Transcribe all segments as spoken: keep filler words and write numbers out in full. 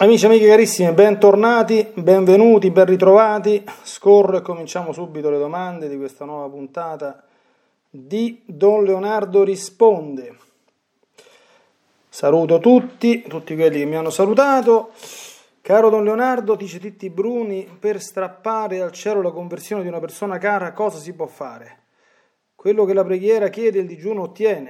Amici e amiche carissime, bentornati, benvenuti, ben ritrovati. Scorro e cominciamo subito le domande di questa nuova puntata di Don Leonardo Risponde. Saluto tutti, tutti quelli che mi hanno salutato. Caro Don Leonardo, dice Titti Bruni, per strappare al cielo la conversione di una persona cara cosa si può fare? Quello che la preghiera chiede il digiuno ottiene.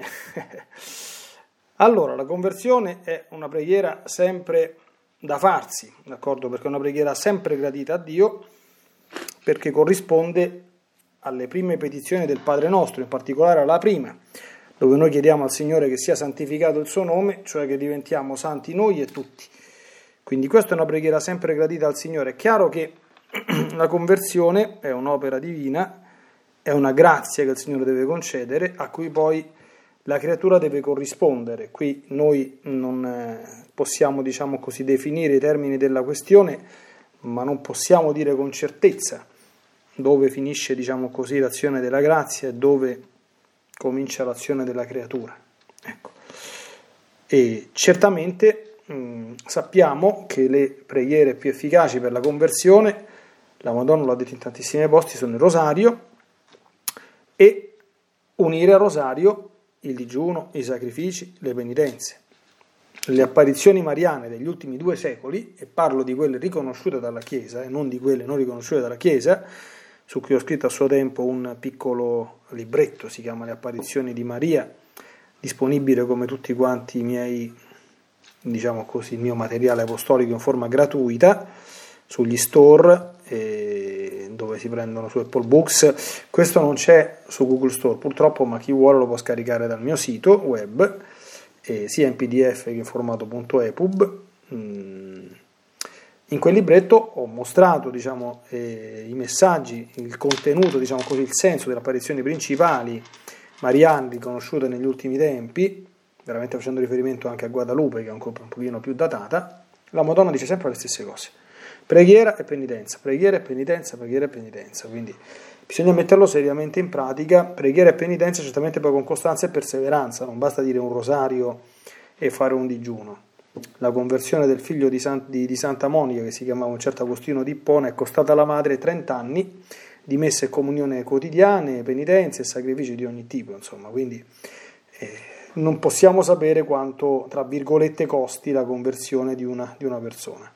Allora, la conversione è una preghiera sempre da farsi, d'accordo? Perché è una preghiera sempre gradita a Dio, perché corrisponde alle prime petizioni del Padre nostro, in particolare alla prima, dove noi chiediamo al Signore che sia santificato il suo nome, cioè che diventiamo santi noi e tutti. Quindi questa è una preghiera sempre gradita al Signore. È chiaro che la conversione è un'opera divina, è una grazia che il Signore deve concedere, a cui poi la creatura deve corrispondere. Qui noi non possiamo, diciamo così, definire i termini della questione, ma non possiamo dire con certezza dove finisce, diciamo così, l'azione della grazia e dove comincia l'azione della creatura. Ecco. E certamente mh, sappiamo che le preghiere più efficaci per la conversione, la Madonna l'ha detto in tantissimi posti, sono il rosario e unire al rosario il digiuno, i sacrifici, le penitenze. Le apparizioni mariane degli ultimi due secoli, e parlo di quelle riconosciute dalla Chiesa e non di quelle non riconosciute dalla Chiesa, su cui ho scritto a suo tempo un piccolo libretto, si chiama Le apparizioni di Maria, disponibile come tutti quanti i miei, diciamo così, il mio materiale apostolico in forma gratuita sugli store eh, dove si prendono su Apple Books. Questo non c'è su Google Store purtroppo, ma chi vuole lo può scaricare dal mio sito web, eh, sia in P D F che in formato .epub. Mm. In quel libretto ho mostrato, diciamo, eh, i messaggi, il contenuto, diciamo così, il senso delle apparizioni principali mariane riconosciute negli ultimi tempi, veramente facendo riferimento anche a Guadalupe, che è ancora un pochino più datata. La Madonna dice sempre le stesse cose: preghiera e penitenza, preghiera e penitenza, preghiera e penitenza. Quindi bisogna metterlo seriamente in pratica. Preghiera e penitenza certamente poi con costanza e perseveranza, non basta dire un rosario e fare un digiuno. La conversione del figlio di, San, di, di Santa Monica, che si chiamava un certo Agostino di Ippona, è costata alla madre trenta anni di messe e comunione quotidiane, penitenze e sacrifici di ogni tipo, insomma. Quindi eh, non possiamo sapere quanto, tra virgolette, costi la conversione di una, di una persona.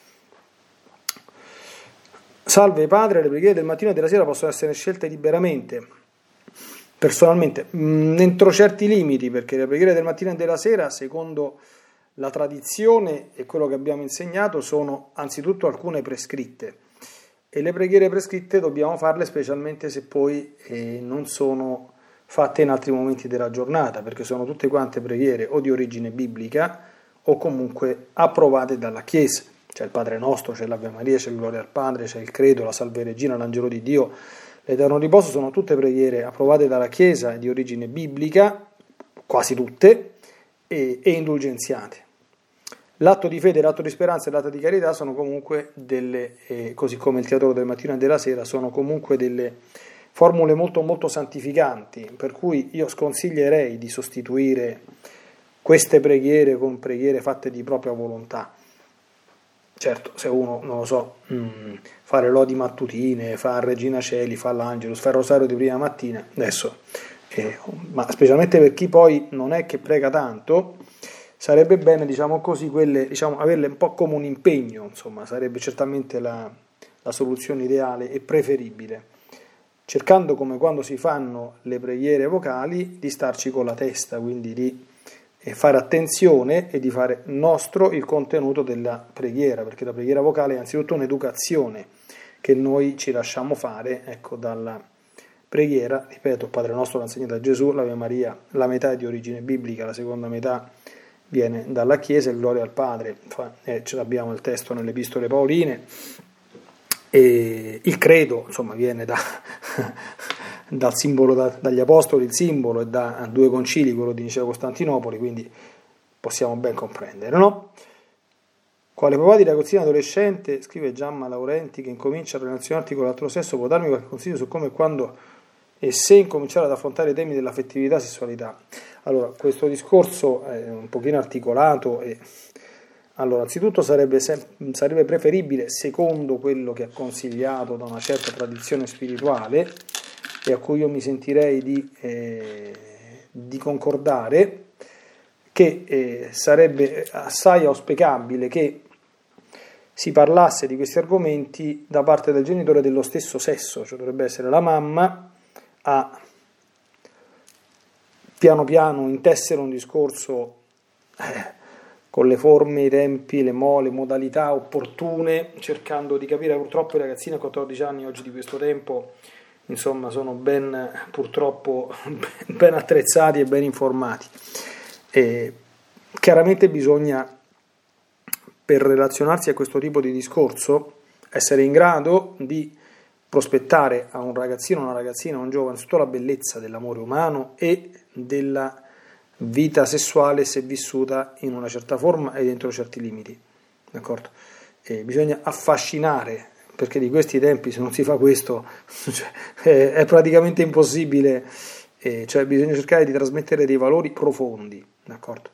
Salve padre, le preghiere del mattino e della sera possono essere scelte liberamente, personalmente, mh, entro certi limiti, perché le preghiere del mattino e della sera, secondo la tradizione e quello che abbiamo insegnato, sono anzitutto alcune prescritte, e le preghiere prescritte dobbiamo farle specialmente se poi eh, non sono fatte in altri momenti della giornata, perché sono tutte quante preghiere o di origine biblica o comunque approvate dalla Chiesa. C'è il Padre Nostro, c'è l'Ave Maria, c'è il Gloria al Padre, c'è il Credo, la Salve Regina, l'Angelo di Dio, l'Eterno Riposo, sono tutte preghiere approvate dalla Chiesa di origine biblica, quasi tutte, e, e indulgenziate. L'atto di fede, l'atto di speranza e l'atto di carità sono comunque delle, eh, così come il teatro del mattino e della sera, sono comunque delle formule molto molto santificanti, per cui io sconsiglierei di sostituire queste preghiere con preghiere fatte di propria volontà. Certo, se uno, non lo so, mh, fa le lodi mattutine, fa Regina Celi, fa l'Angelus, fa il rosario di prima mattina, adesso, eh, ma specialmente per chi poi non è che prega tanto, sarebbe bene, diciamo così, quelle, diciamo, averle un po' come un impegno, insomma, sarebbe certamente la, la soluzione ideale e preferibile, cercando, come quando si fanno le preghiere vocali, di starci con la testa, quindi di e fare attenzione e di fare nostro il contenuto della preghiera, perché la preghiera vocale è anzitutto un'educazione che noi ci lasciamo fare, ecco, dalla preghiera. Ripeto, Padre Nostro l'ha insegnato Gesù, l'Ave Maria, la metà è di origine biblica, la seconda metà viene dalla Chiesa, il Gloria al Padre, eh, ce l'abbiamo il testo nelle epistole paoline, e il Credo, insomma, viene da... dal simbolo da, dagli Apostoli, il simbolo, e da due concili, quello di Nicea e Costantinopoli, quindi possiamo ben comprendere, no? Quale papà di ragazzina adolescente, scrive Giamma Laurenti, che incomincia a relazionarti con l'altro sesso, può darmi qualche consiglio su come, quando e se incominciare ad affrontare i temi dell'affettività e sessualità? Allora, questo discorso è un pochino articolato e Allora, anzitutto sarebbe, sarebbe preferibile, secondo quello che è consigliato da una certa tradizione spirituale e a cui io mi sentirei di, eh, di concordare, che eh, sarebbe assai auspicabile che si parlasse di questi argomenti da parte del genitore dello stesso sesso, cioè dovrebbe essere la mamma a piano piano intessere un discorso eh, con le forme, i tempi, le, mo, le modalità opportune, cercando di capire. Purtroppo i ragazzini a quattordici anni oggi di questo tempo, insomma, sono ben, purtroppo, ben attrezzati e ben informati. E chiaramente bisogna, per relazionarsi a questo tipo di discorso, essere in grado di prospettare a un ragazzino, una ragazzina, un giovane, tutta la bellezza dell'amore umano e della vita sessuale se vissuta in una certa forma e dentro certi limiti, d'accordo? E bisogna affascinare, perché di questi tempi se non si fa questo cioè, è, è praticamente impossibile, e cioè bisogna cercare di trasmettere dei valori profondi, d'accordo?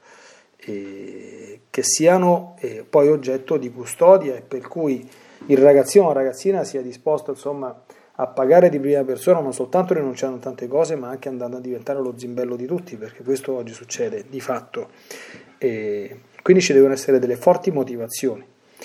E che siano eh, poi oggetto di custodia e per cui il ragazzino o la ragazzina sia disposto, insomma, a pagare di prima persona, non soltanto rinunciando a tante cose, ma anche andando a diventare lo zimbello di tutti, perché questo oggi succede di fatto. E quindi ci devono essere delle forti motivazioni.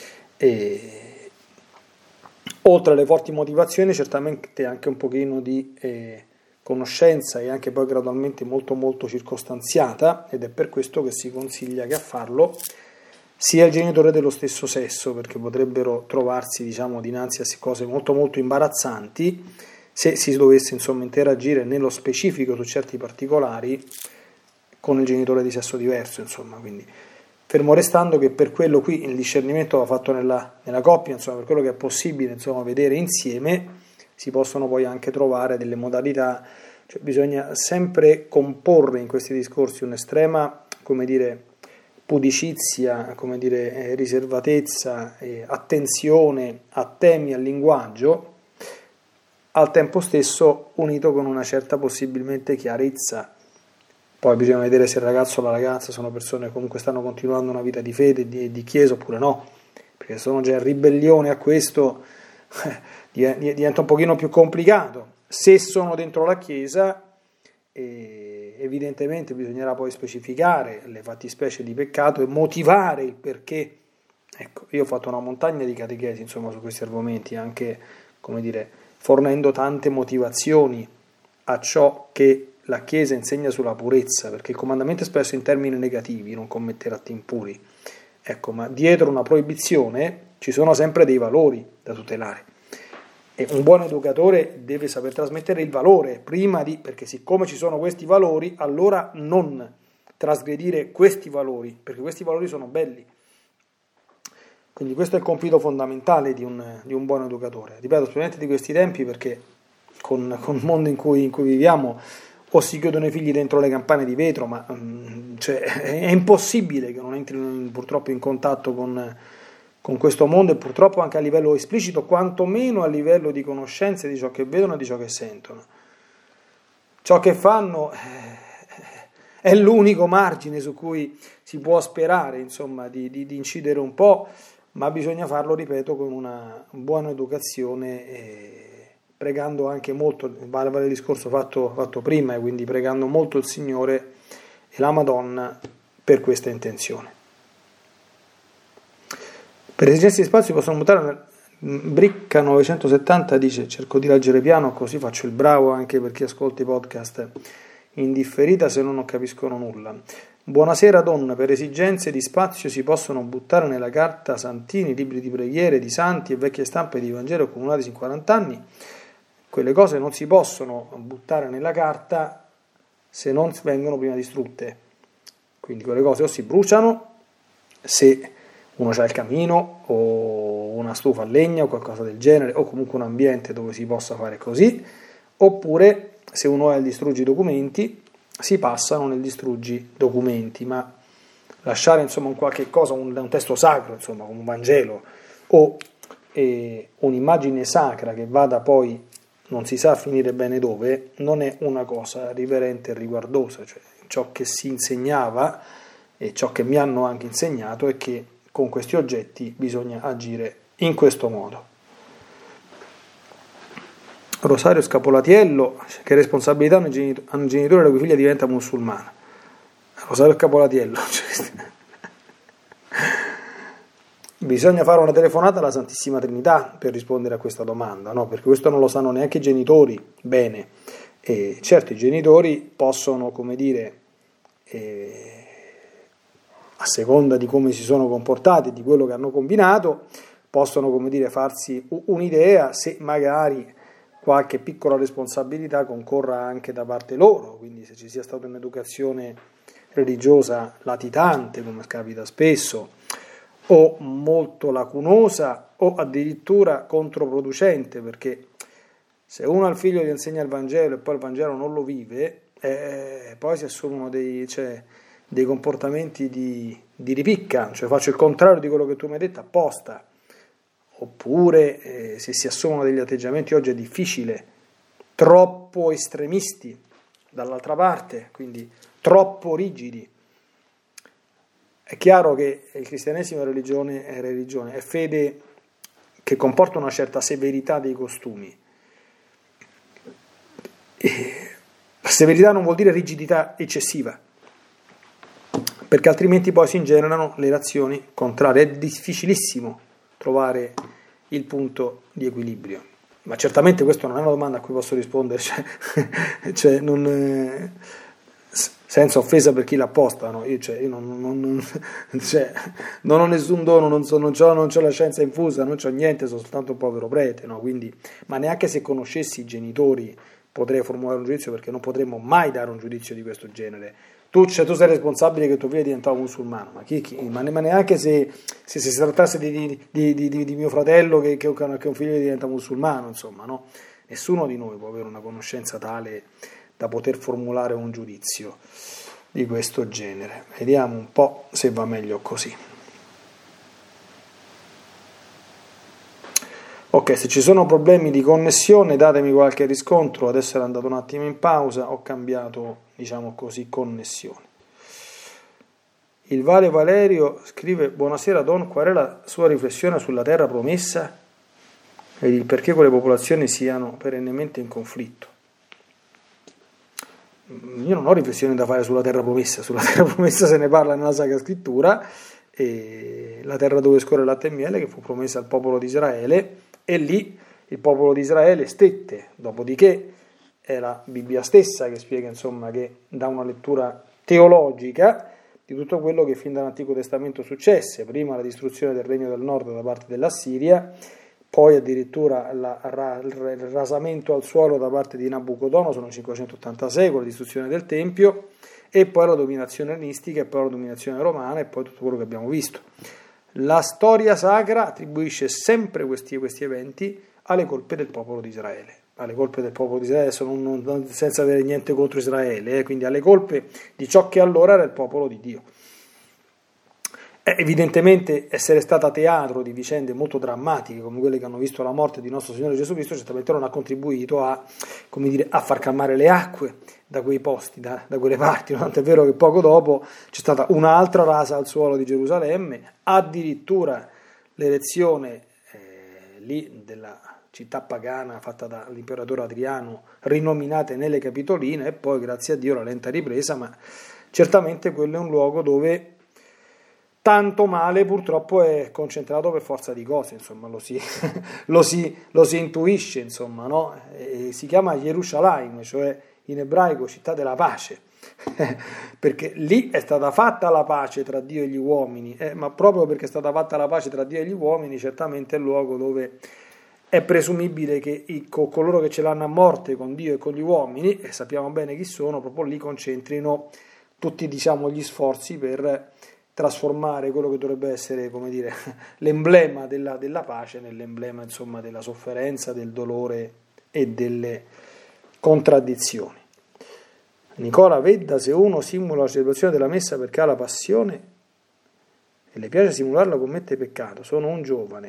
E oltre alle forti motivazioni, certamente anche un pochino di eh, conoscenza e anche poi gradualmente molto molto circostanziata, ed è per questo che si consiglia che a farlo sia il genitore dello stesso sesso, perché potrebbero trovarsi, diciamo, dinanzi a cose molto molto imbarazzanti se si dovesse, insomma, interagire nello specifico su certi particolari con il genitore di sesso diverso, insomma. Quindi fermo restando che per quello qui il discernimento va fatto nella, nella coppia, insomma, per quello che è possibile, insomma, vedere insieme, si possono poi anche trovare delle modalità, cioè bisogna sempre comporre in questi discorsi un'estrema, come dire, pudicizia, come dire, eh, riservatezza, eh, attenzione a temi, al linguaggio, al tempo stesso unito con una certa possibilmente chiarezza. Poi bisogna vedere se il ragazzo o la ragazza sono persone che comunque stanno continuando una vita di fede e di, di chiesa oppure no, perché se sono già in ribellione a questo eh, diventa un pochino più complicato. Se sono dentro la chiesa, e evidentemente bisognerà poi specificare le fattispecie di peccato e motivare il perché. Ecco, io ho fatto una montagna di catechesi, insomma, su questi argomenti, anche, come dire, fornendo tante motivazioni a ciò che la Chiesa insegna sulla purezza, perché il comandamento è spesso in termini negativi, non commettere atti impuri, ecco, ma dietro una proibizione ci sono sempre dei valori da tutelare. E un buon educatore deve saper trasmettere il valore prima di, perché siccome ci sono questi valori, allora non trasgredire questi valori, perché questi valori sono belli. Quindi questo è il compito fondamentale di un, di un buon educatore. Ripeto, specialmente di questi tempi, perché con, con il mondo in cui, in cui viviamo o si chiudono i figli dentro le campane di vetro, ma cioè, è impossibile che non entrino purtroppo in contatto con con questo mondo e purtroppo anche a livello esplicito, quantomeno a livello di conoscenze di ciò che vedono e di ciò che sentono. Ciò che fanno è l'unico margine su cui si può sperare, insomma, di, di, di incidere un po', ma bisogna farlo, ripeto, con una buona educazione, e pregando anche molto, vale, vale il discorso fatto, fatto prima, e quindi pregando molto il Signore e la Madonna per questa intenzione. Per esigenze di spazio possono mutare. Bricca novecentosettanta dice: cerco di leggere piano così faccio il bravo anche per chi ascolta i podcast in differita se no non capiscono nulla. Buonasera donna, per esigenze di spazio si possono buttare nella carta santini, libri di preghiere di santi e vecchie stampe di Vangelo accumulati in quaranta anni. Quelle cose non si possono buttare nella carta se non vengono prima distrutte, quindi quelle cose o si bruciano se uno c'ha il camino o una stufa a legna o qualcosa del genere, o comunque un ambiente dove si possa fare così, oppure se uno ha il distruggi documenti si passano nel distruggi documenti, ma lasciare, insomma, un qualche cosa, un, un testo sacro, insomma, come un Vangelo o eh, un'immagine sacra che vada poi non si sa a finire bene dove, non è una cosa riverente e riguardosa. Cioè, ciò che si insegnava e ciò che mi hanno anche insegnato è che con questi oggetti bisogna agire in questo modo. Rosario Scapolatiello, che responsabilità ha un genitore, un genitore la cui figlia diventa musulmana? Rosario Scapolatiello, bisogna fare una telefonata alla Santissima Trinità per rispondere a questa domanda, no? Perché questo non lo sanno neanche i genitori bene. E certo, i genitori possono, come dire, eh, a seconda di come si sono comportati, di quello che hanno combinato, possono, come dire, farsi un'idea se magari qualche piccola responsabilità concorra anche da parte loro, quindi se ci sia stata un'educazione religiosa latitante, come capita spesso, o molto lacunosa, o addirittura controproducente, perché se uno al figlio gli insegna il Vangelo e poi il Vangelo non lo vive, eh, poi si assumono dei, cioè, dei comportamenti di, di ripicca, cioè faccio il contrario di quello che tu mi hai detto apposta. Oppure eh, se si assumono degli atteggiamenti, oggi è difficile, troppo estremisti dall'altra parte, quindi troppo rigidi. È chiaro che il cristianesimo è religione, è religione, è fede che comporta una certa severità dei costumi. E la severità non vuol dire rigidità eccessiva, perché altrimenti poi si ingenerano le reazioni contrarie. È difficilissimo trovare il punto di equilibrio, ma certamente questa non è una domanda a cui posso rispondere, cioè, cioè non, eh, senza offesa per chi l'ha posta, no? Io, cioè, io non, non, non, cioè, non ho nessun dono, non, so, non, c'ho, non c'ho la scienza infusa, non c'ho niente, sono soltanto un povero prete, no? Quindi, ma neanche se conoscessi i genitori potrei formulare un giudizio, perché non potremmo mai dare un giudizio di questo genere. Tu, cioè, tu sei responsabile che tuo figlio è diventato musulmano, ma, chi, chi, ma, ma neanche se, se, se si trattasse di, di, di, di, di mio fratello che, che, che un figlio diventa musulmano, insomma, no? Nessuno di noi può avere una conoscenza tale da poter formulare un giudizio di questo genere. Vediamo un po' se va meglio così. Ok, se ci sono problemi di connessione datemi qualche riscontro, adesso ero andato un attimo in pausa, ho cambiato, diciamo così, connessione. Il Vale Valerio scrive: buonasera Don, qual è la sua riflessione sulla terra promessa e il perché quelle popolazioni siano perennemente in conflitto? Io non ho riflessioni da fare sulla terra promessa, sulla terra promessa se ne parla nella Sacra Scrittura, e la terra dove scorre latte e miele, che fu promessa al popolo di Israele, e lì il popolo di Israele stette. Dopodiché è la Bibbia stessa che spiega, insomma, che dà una lettura teologica di tutto quello che fin dall'Antico Testamento successe: prima la distruzione del Regno del Nord da parte dell'Assiria, poi addirittura la, il rasamento al suolo da parte di Nabucodonosor, sono cinquecentottantasei, con la distruzione del Tempio, e poi la dominazione ellenistica, e poi la dominazione romana, e poi tutto quello che abbiamo visto. La storia sacra attribuisce sempre questi, questi eventi alle colpe del popolo di Israele, alle colpe del popolo di Israele, adesso non, non, senza avere niente contro Israele, eh, quindi alle colpe di ciò che allora era il popolo di Dio. Eh, evidentemente essere stata teatro di vicende molto drammatiche come quelle che hanno visto la morte di nostro Signore Gesù Cristo certamente non ha contribuito a, come dire, a far calmare le acque da quei posti, da, da quelle parti, no? Tant'è vero che poco dopo c'è stata un'altra rasa al suolo di Gerusalemme, addirittura l'elezione eh, lì della città pagana fatta dall'imperatore Adriano, rinominate nelle Capitoline, e poi grazie a Dio la lenta ripresa, ma certamente quello è un luogo dove tanto male purtroppo è concentrato per forza di cose, insomma, lo si, lo si, lo si intuisce, insomma, no? E si chiama Gerusalemme, cioè in ebraico città della pace, perché lì è stata fatta la pace tra Dio e gli uomini, eh, ma proprio perché è stata fatta la pace tra Dio e gli uomini, certamente è il luogo dove è presumibile che i, coloro che ce l'hanno a morte con Dio e con gli uomini, e sappiamo bene chi sono, proprio lì concentrino tutti, diciamo, gli sforzi per trasformare quello che dovrebbe essere, come dire, l'emblema della, della pace nell'emblema, insomma, della sofferenza, del dolore e delle contraddizioni. Nicola Vedda: se uno simula la celebrazione della messa perché ha la passione e le piace simularla, commette peccato. Sono un giovane.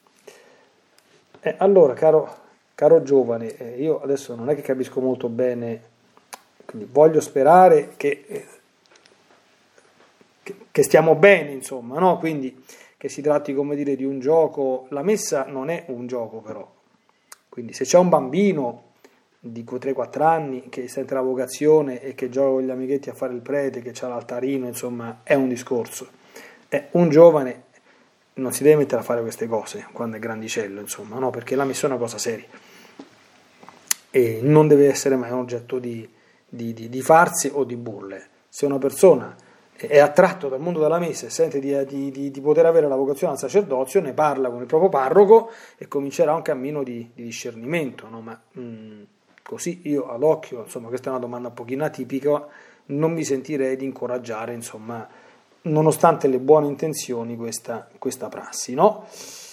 Eh, allora, caro, caro giovane, eh, io adesso non è che capisco molto bene, quindi voglio sperare che... Eh, che stiamo bene, insomma, no? Quindi che si tratti, come dire, di un gioco. La messa non è un gioco, però. Quindi se c'è un bambino di tre quattro anni che sente la vocazione e che gioca con gli amichetti a fare il prete, che c'ha l'altarino, insomma, è un discorso. È un giovane non si deve mettere a fare queste cose quando è grandicello, insomma, no? Perché la messa è una cosa seria e non deve essere mai un oggetto di, di, di, di farsi o di burle. Se una persona è attratto dal mondo della messa e sente di, di, di, di poter avere la vocazione al sacerdozio, ne parla con il proprio parroco e comincerà un cammino di, di discernimento, no? Ma mh, così io ad occhio, insomma, questa è una domanda un pochino atipica, non mi sentirei di incoraggiare, insomma, nonostante le buone intenzioni, questa, questa prassi, no?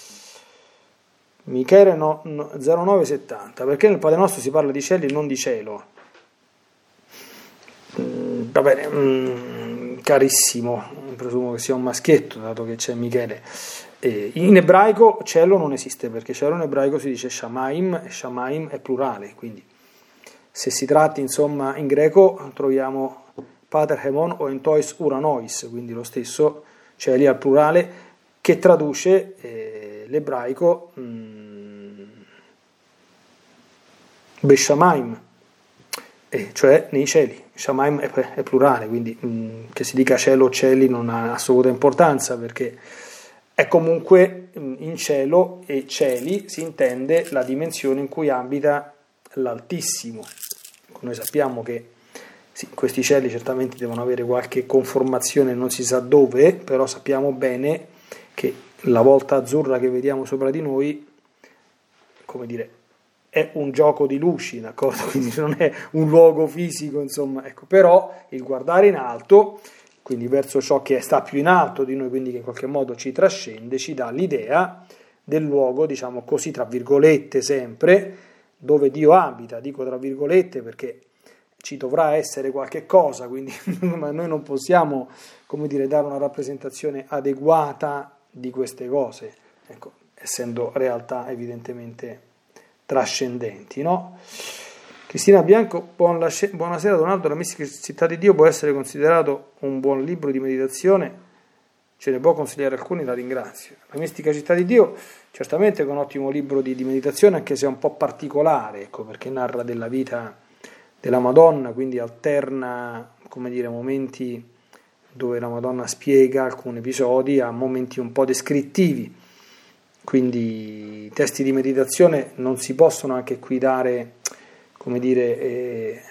Michele no, no, zero nove settanta, perché nel Padre Nostro si parla di cieli e non di cielo? Mm, va bene, mm, carissimo, presumo che sia un maschietto, dato che c'è Michele. Eh, in ebraico cielo non esiste, perché cielo in ebraico si dice shamaim, e shamaim è plurale, quindi se si tratti, insomma, in greco troviamo Pater Hemon o Entois Uranois, quindi lo stesso cieli al plurale, che traduce eh, l'ebraico mh, Beshamaim, eh, cioè nei cieli. Shamaim è, è plurale, quindi mh, che si dica cielo o cieli non ha assoluta importanza, perché è comunque mh, in cielo, e cieli si intende la dimensione in cui abita l'Altissimo. Noi sappiamo che sì, questi cieli certamente devono avere qualche conformazione, non si sa dove, però sappiamo bene che la volta azzurra che vediamo sopra di noi, come dire, è un gioco di luci, d'accordo? Quindi non è un luogo fisico, insomma, ecco. Però il guardare in alto, quindi verso ciò che sta più in alto di noi, quindi che in qualche modo ci trascende, ci dà l'idea del luogo, diciamo così, tra virgolette sempre, dove Dio abita. Dico tra virgolette perché ci dovrà essere qualche cosa, quindi ma noi non possiamo, come dire, dare una rappresentazione adeguata di queste cose, ecco, essendo realtà evidentemente trascendenti, no? Cristina Bianco, buonasera Donaldo, la mistica città di Dio può essere considerato un buon libro di meditazione? Ce ne può consigliare alcuni? La ringrazio. La mistica città di Dio certamente è un ottimo libro di, di meditazione, anche se è un po' particolare, ecco, perché narra della vita della Madonna, quindi alterna, come dire, momenti dove la Madonna spiega alcuni episodi a momenti un po' descrittivi, quindi i testi di meditazione non si possono anche qui dare, come dire, eh,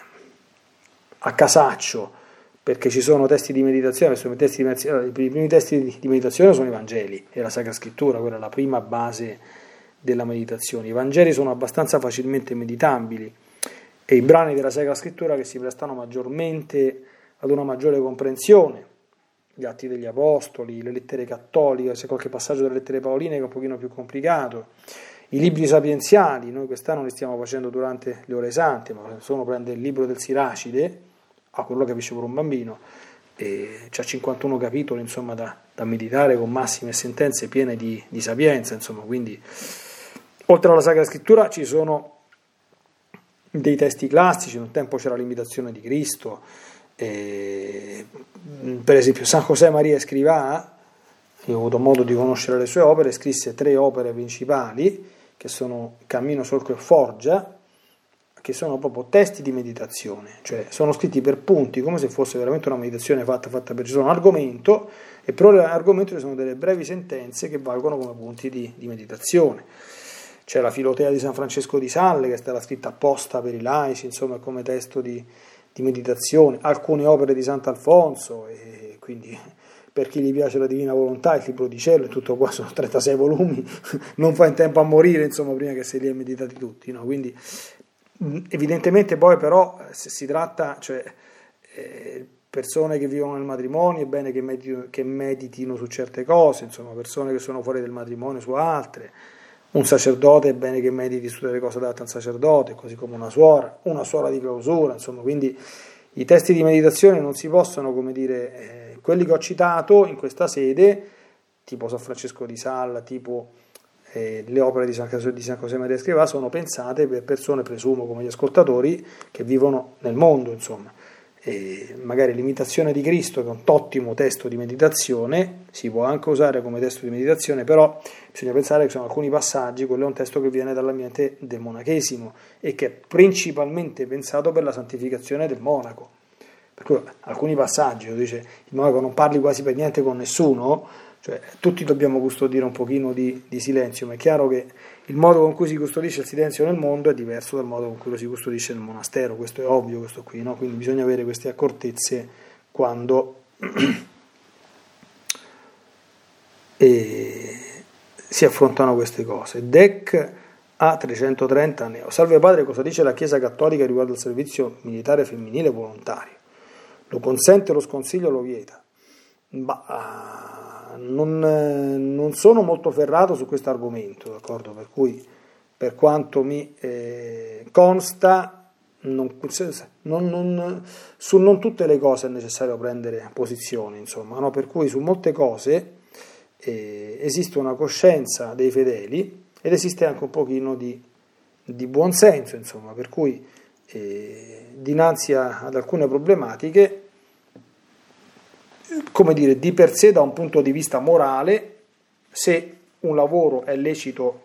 a casaccio, perché ci sono testi di meditazione, sono i, testi di meditazione i primi testi di meditazione sono i Vangeli e la Sacra Scrittura, quella è la prima base della meditazione. I Vangeli sono abbastanza facilmente meditabili, e i brani della Sacra Scrittura che si prestano maggiormente ad una maggiore comprensione, gli Atti degli Apostoli, le lettere cattoliche, se qualche passaggio delle lettere paoline che è un pochino più complicato, i libri sapienziali, noi quest'anno li stiamo facendo durante le ore sante, ma se uno prende il libro del Siracide, a quello capisce pure un bambino, e c'ha cinquantuno capitoli, insomma, da, da meditare con massime sentenze piene di, di sapienza, insomma, quindi oltre alla Sacra Scrittura ci sono dei testi classici. Un tempo c'era l'imitazione di Cristo, e, per esempio San José Maria Escrivá, io ho avuto modo di conoscere le sue opere, scrisse tre opere principali che sono Cammino, Solco e Forgia, che sono proprio testi di meditazione, cioè sono scritti per punti, come se fosse veramente una meditazione fatta, fatta per ci sono un argomento, e però l'argomento ci sono delle brevi sentenze che valgono come punti di, di meditazione. C'è la Filotea di San Francesco di Sales, che è stata scritta apposta per i laici, insomma, come testo di, di meditazione, alcune opere di Sant'Alfonso, e quindi per chi gli piace la Divina Volontà, il Libro di Cielo, e tutto qua, sono trentasei volumi, non fa in tempo a morire, insomma, prima che se li hai meditati tutti, no? Quindi evidentemente poi però se si tratta, cioè eh, persone che vivono nel matrimonio, è bene che meditino, che meditino su certe cose, insomma, persone che sono fuori del matrimonio su altre. Un sacerdote è bene che mediti su delle cose adatte al sacerdote, così come una suora, una suora di clausura, insomma, quindi i testi di meditazione non si possono, come dire, eh, quelli che ho citato in questa sede, tipo San Francesco di Sales, tipo eh, le opere di San, di San José Maria Escrivá, sono pensate per persone, presumo, come gli ascoltatori, che vivono nel mondo, insomma. E magari l'imitazione di Cristo, che è un ottimo testo di meditazione, si può anche usare come testo di meditazione, però bisogna pensare che ci sono alcuni passaggi, quello è un testo che viene dall'ambiente del monachesimo e che è principalmente pensato per la santificazione del monaco. Per cui alcuni passaggi, lo dice il monaco non parli quasi per niente con nessuno, cioè tutti dobbiamo custodire un pochino di, di silenzio, ma è chiaro che il modo con cui si custodisce il silenzio nel mondo è diverso dal modo con cui lo si custodisce nel monastero, questo è ovvio, questo qui, no? Quindi bisogna avere queste accortezze quando e si affrontano queste cose. Dec a trecentotrenta Neo. Salve padre, cosa dice la Chiesa Cattolica riguardo al servizio militare femminile volontario? Lo consente, lo sconsiglia, lo vieta? Bah, non, non sono molto ferrato su questo argomento, d'accordo? Per cui, per quanto mi eh, consta, non, non, non, su non tutte le cose è necessario prendere posizione, insomma, no? Per cui su molte cose eh, esiste una coscienza dei fedeli ed esiste anche un pochino di, di buonsenso, insomma, per cui eh, dinanzi a, ad alcune problematiche, come dire, di per sé da un punto di vista morale, se un lavoro è lecito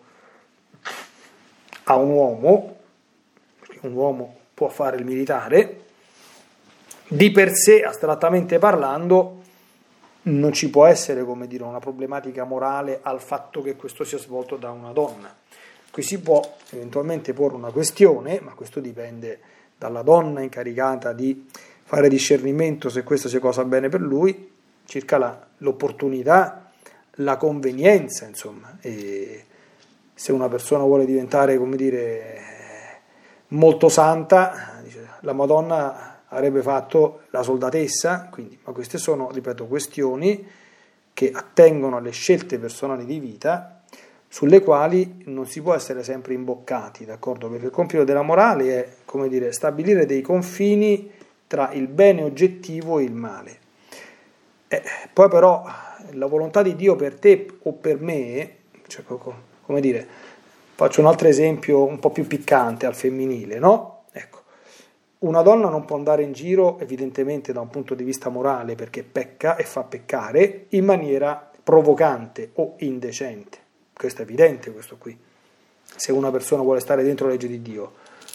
a un uomo, perché un uomo può fare il militare, di per sé, astrattamente parlando, non ci può essere, come dire, una problematica morale al fatto che questo sia svolto da una donna. Qui si può eventualmente porre una questione, ma questo dipende dalla donna incaricata di fare discernimento se questa sia cosa bene per lui, circa la, l'opportunità, la convenienza, insomma. E se una persona vuole diventare, come dire, molto santa, dice, la Madonna avrebbe fatto la soldatessa, quindi, ma queste sono, ripeto, questioni che attengono alle scelte personali di vita, sulle quali non si può essere sempre imboccati, d'accordo? Perché il compito della morale è, come dire, stabilire dei confini tra il bene oggettivo e il male. Eh, poi però la volontà di Dio per te o per me, cioè, come dire, faccio un altro esempio un po' più piccante al femminile, no? Ecco, una donna non può andare in giro, evidentemente da un punto di vista morale, perché pecca e fa peccare in maniera provocante o indecente. Questo è evidente, questo qui, se una persona vuole stare dentro la legge di Dio.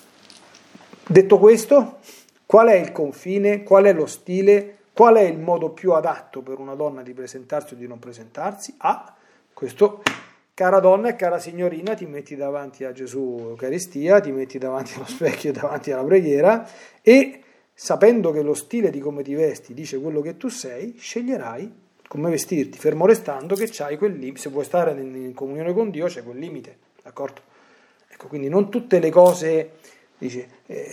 Detto questo, qual è il confine, qual è lo stile, qual è il modo più adatto per una donna di presentarsi o di non presentarsi? Ah, questo, cara donna e cara signorina, ti metti davanti a Gesù Eucaristia, ti metti davanti allo specchio e davanti alla preghiera e, sapendo che lo stile di come ti vesti dice quello che tu sei, sceglierai come vestirti, fermo restando che c'hai quel limite, se vuoi stare in comunione con Dio c'è quel limite, d'accordo? Ecco, quindi non tutte le cose, dice, eh,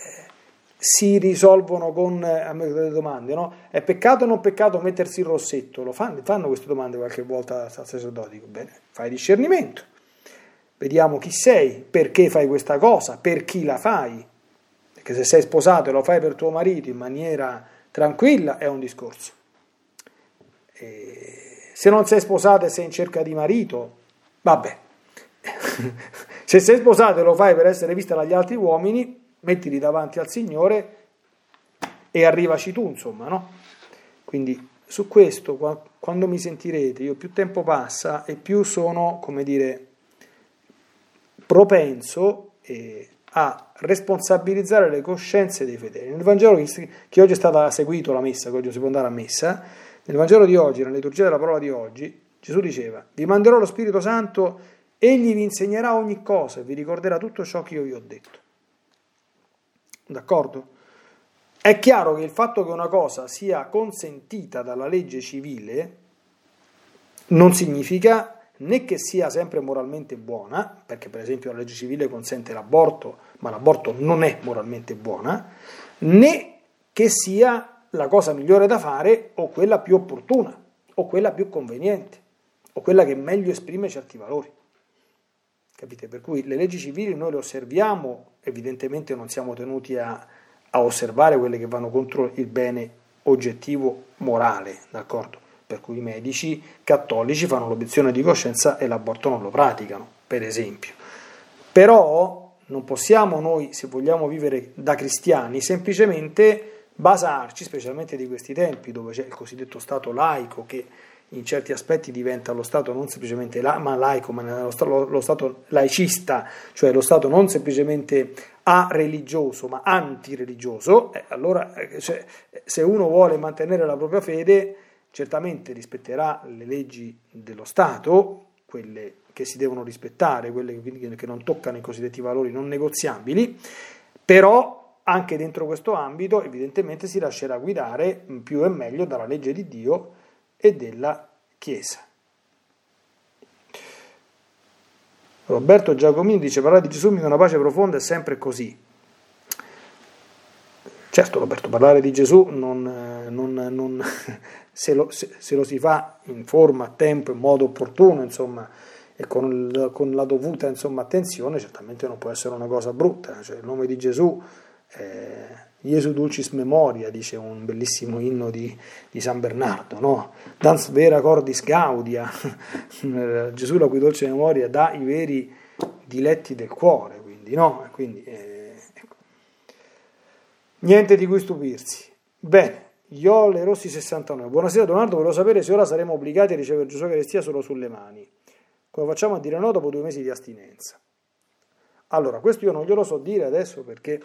si risolvono con a me delle domande, no? È peccato o non peccato mettersi il rossetto? Lo fanno, fanno queste domande qualche volta al sacerdote. Bene, fai discernimento, vediamo chi sei, perché fai questa cosa, per chi la fai, perché se sei sposato e lo fai per tuo marito in maniera tranquilla è un discorso. E se non sei sposato e sei in cerca di marito, vabbè, se sei sposato e lo fai per essere vista dagli altri uomini, mettili davanti al Signore e arrivaci tu, insomma, no? Quindi su questo, quando mi sentirete, io più tempo passa e più sono, come dire, propenso eh, a responsabilizzare le coscienze dei fedeli. Nel Vangelo che, che oggi è stata seguito la messa, che oggi non si può andare a messa, nel Vangelo di oggi, nella liturgia della parola di oggi, Gesù diceva: vi manderò lo Spirito Santo, egli vi insegnerà ogni cosa e vi ricorderà tutto ciò che io vi ho detto. D'accordo? È chiaro che il fatto che una cosa sia consentita dalla legge civile non significa né che sia sempre moralmente buona, perché per esempio la legge civile consente l'aborto, ma l'aborto non è moralmente buona, né che sia la cosa migliore da fare o quella più opportuna o quella più conveniente o quella che meglio esprime certi valori. Capite? Per cui le leggi civili noi le osserviamo, evidentemente non siamo tenuti a, a osservare quelle che vanno contro il bene oggettivo morale, d'accordo? Per cui i medici cattolici fanno l'obiezione di coscienza e l'aborto non lo praticano, per esempio. Però non possiamo noi, se vogliamo vivere da cristiani, semplicemente basarci, specialmente di questi tempi dove c'è il cosiddetto Stato laico che in certi aspetti diventa lo Stato non semplicemente la, ma laico, ma lo, lo, lo Stato laicista, cioè lo Stato non semplicemente a-religioso, ma anti-religioso, eh, allora cioè, se uno vuole mantenere la propria fede, certamente rispetterà le leggi dello Stato, quelle che si devono rispettare, quelle che, che non toccano i cosiddetti valori non negoziabili, però anche dentro questo ambito evidentemente si lascerà guidare più e meglio dalla legge di Dio e della Chiesa. Roberto Giacomini dice: parlare di Gesù mi dà una pace profonda, è sempre così. Certo, Roberto, parlare di Gesù non, non, non, se, lo, se, se lo si fa in forma, a tempo, in modo opportuno, insomma, e con, il, con la dovuta insomma, attenzione, certamente non può essere una cosa brutta. Cioè, il nome di Gesù eh, Jesu dulcis memoria, dice un bellissimo inno di, di San Bernardo, no? Dans vera cordis gaudia, Gesù la cui dolce memoria dà i veri diletti del cuore, quindi no? Quindi, eh, ecco. Niente di cui stupirsi. Bene, Iole Rossi sessantanove, buonasera Donaldo, volevo sapere se ora saremo obbligati a ricevere Gesù Eucaristia solo sulle mani. Come facciamo a dire no dopo due mesi di astinenza? Allora, questo io non glielo so dire adesso perché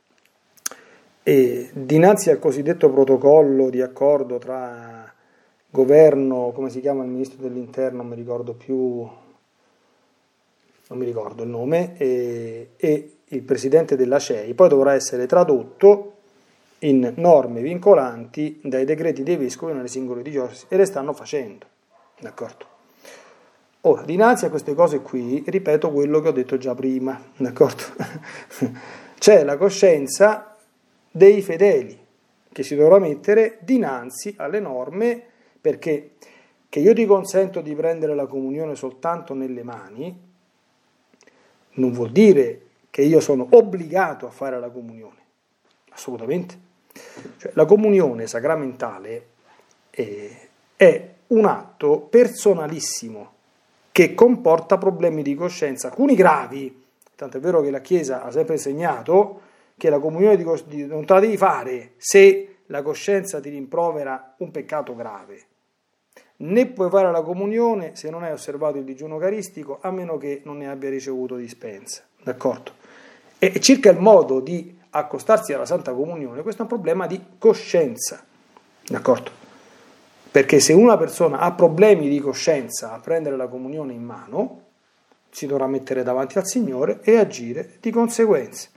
e dinanzi al cosiddetto protocollo di accordo tra governo, come si chiama il ministro dell'interno, non mi ricordo più, non mi ricordo il nome, e, e il presidente della C E I, poi dovrà essere tradotto in norme vincolanti dai decreti dei vescovi nelle singole diocesi, e le stanno facendo, d'accordo? Ora, dinanzi a queste cose qui, ripeto quello che ho detto già prima, d'accordo? C'è la coscienza dei fedeli che si dovrà mettere dinanzi alle norme, perché che io ti consento di prendere la comunione soltanto nelle mani non vuol dire che io sono obbligato a fare la comunione, assolutamente. Cioè, la comunione sacramentale è, è un atto personalissimo che comporta problemi di coscienza, alcuni gravi, tanto è vero che la Chiesa ha sempre insegnato che la comunione di, di, non te la devi fare se la coscienza ti rimprovera un peccato grave, né puoi fare la comunione se non hai osservato il digiuno eucaristico, a meno che non ne abbia ricevuto dispensa, d'accordo? E circa il modo di accostarsi alla Santa Comunione, questo è un problema di coscienza, d'accordo? Perché se una persona ha problemi di coscienza a prendere la comunione in mano, si dovrà mettere davanti al Signore e agire di conseguenza,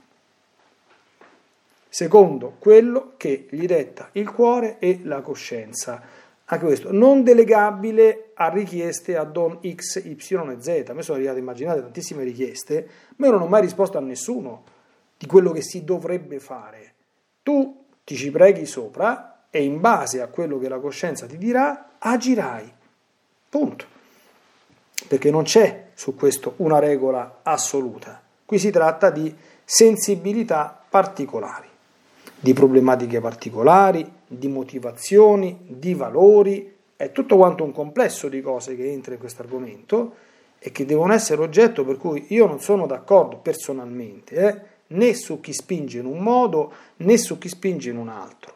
secondo quello che gli detta il cuore e la coscienza. Anche questo, non delegabile a richieste a don X, Y e Z. A me sono arrivate, immaginate, tantissime richieste, ma io non ho mai risposto a nessuno di quello che si dovrebbe fare. Tu ti ci preghi sopra e in base a quello che la coscienza ti dirà, agirai. Punto. Perché non c'è su questo una regola assoluta. Qui si tratta di sensibilità particolari, di problematiche particolari, di motivazioni, di valori, è tutto quanto un complesso di cose che entra in questo argomento e che devono essere oggetto, per cui io non sono d'accordo personalmente eh, né su chi spinge in un modo né su chi spinge in un altro,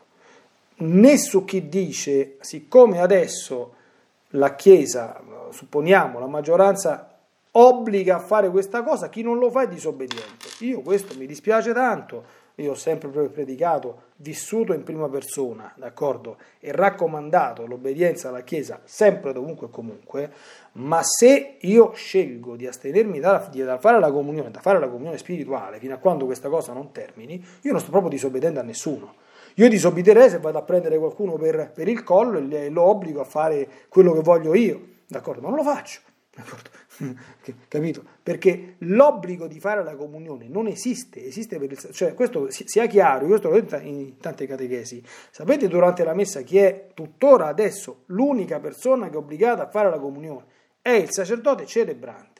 né su chi dice siccome adesso la Chiesa, supponiamo la maggioranza, obbliga a fare questa cosa, chi non lo fa è disobbediente. Io questo mi dispiace tanto. Io ho sempre predicato, vissuto in prima persona, d'accordo, e raccomandato l'obbedienza alla Chiesa sempre, dovunque e comunque, ma se io scelgo di astenermi da, da fare la comunione, da fare la comunione spirituale, fino a quando questa cosa non termini, io non sto proprio disobbedendo a nessuno. Io disobbederei se vado a prendere qualcuno per, per il collo e lo obbligo a fare quello che voglio io, d'accordo, ma non lo faccio. D'accordo? Capito? Perché l'obbligo di fare la comunione non esiste, esiste per il, cioè questo sia chiaro, questo l'ho detto in tante catechesi. Sapete durante la messa chi è tuttora adesso l'unica persona che è obbligata a fare la comunione? È il sacerdote celebrante.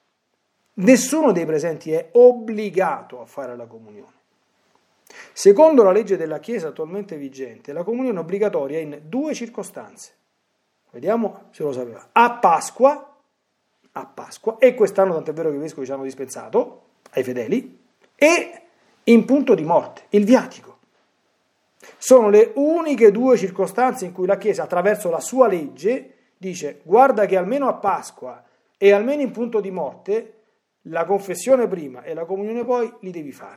Nessuno dei presenti è obbligato a fare la comunione. Secondo la legge della Chiesa attualmente vigente, la comunione è obbligatoria in due circostanze. Vediamo se lo sapeva. A Pasqua a Pasqua, e quest'anno tant'è vero che i vescovi ci hanno dispensato ai fedeli, e in punto di morte, il viatico. Sono le uniche due circostanze in cui la Chiesa, attraverso la sua legge, dice: guarda che almeno a Pasqua e almeno in punto di morte, la confessione prima e la comunione poi li devi fare.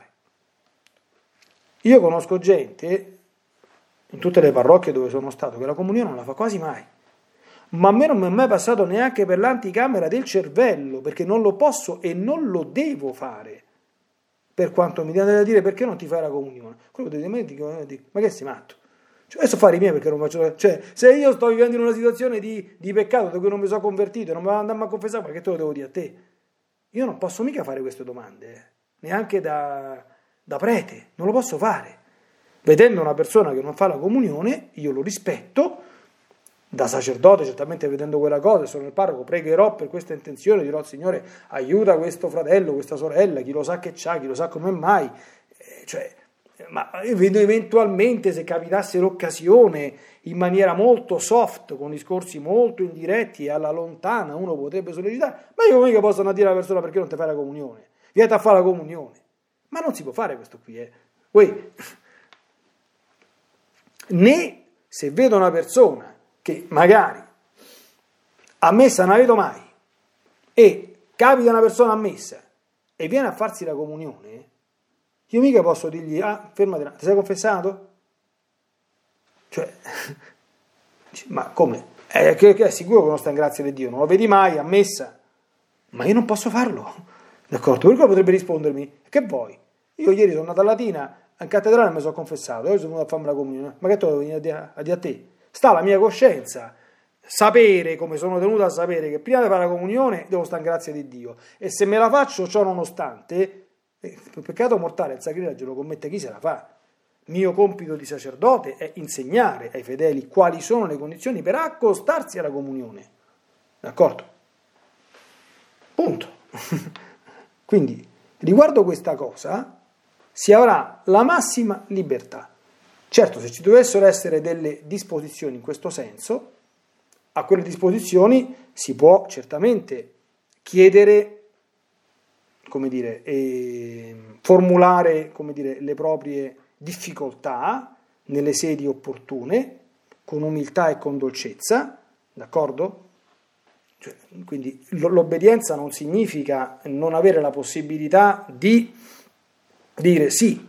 Io conosco gente, in tutte le parrocchie dove sono stato, che la comunione non la fa quasi mai. Ma a me non mi è mai passato neanche per l'anticamera del cervello, perché non lo posso e non lo devo fare. Per quanto mi viene da dire: perché non ti fai la comunione? Quello che mi dico, dico, ma che sei matto? Cioè, adesso fare i miei perché non faccio. Cioè, se io sto vivendo in una situazione di, di peccato da cui non mi sono convertito e non mi vado andare a confessare, ma che te lo devo dire a te? Io non posso mica fare queste domande, eh. Neanche da, da prete, non lo posso fare. Vedendo una persona che non fa la comunione, io lo rispetto. Da sacerdote, certamente vedendo quella cosa, sono il parroco, pregherò per questa intenzione, dirò: Signore, aiuta questo fratello, questa sorella, chi lo sa che c'ha, chi lo sa come mai, eh, cioè, ma eventualmente se capitasse l'occasione, in maniera molto soft, con discorsi molto indiretti e alla lontana, uno potrebbe sollecitare: ma io mica posso dire alla persona: perché non ti fai la comunione? Vieni a fare la comunione. Ma non si può fare questo qui, eh. Uè. Né se vedo una persona che magari ammessa non la vedo mai e capita una persona ammessa e viene a farsi la comunione, io mica posso dirgli: ah, fermati, ti sei confessato? Cioè, ma come? Eh, che, che è sicuro che non sta in grazia di Dio, non lo vedi mai ammessa? Ma io non posso farlo, d'accordo? Per cui potrebbe rispondermi: che vuoi? Io ieri sono andato a Latina, in cattedrale mi sono confessato, oggi sono venuto a farmi la comunione, ma che te lo devo venire a dire a, a te? Sta la mia coscienza, sapere, come sono tenuto a sapere, che prima di fare la comunione devo stare in grazia di Dio, e se me la faccio ciò nonostante, eh, il peccato mortale, il sacrilegio lo commette chi se la fa. Mio compito di sacerdote è insegnare ai fedeli quali sono le condizioni per accostarsi alla comunione, d'accordo? Punto. Quindi, riguardo questa cosa, si avrà la massima libertà. Certo, se ci dovessero essere delle disposizioni in questo senso, a quelle disposizioni si può certamente chiedere, come dire, e formulare, come dire, le proprie difficoltà nelle sedi opportune, con umiltà e con dolcezza, d'accordo? Cioè, quindi l'obbedienza non significa non avere la possibilità di dire: sì,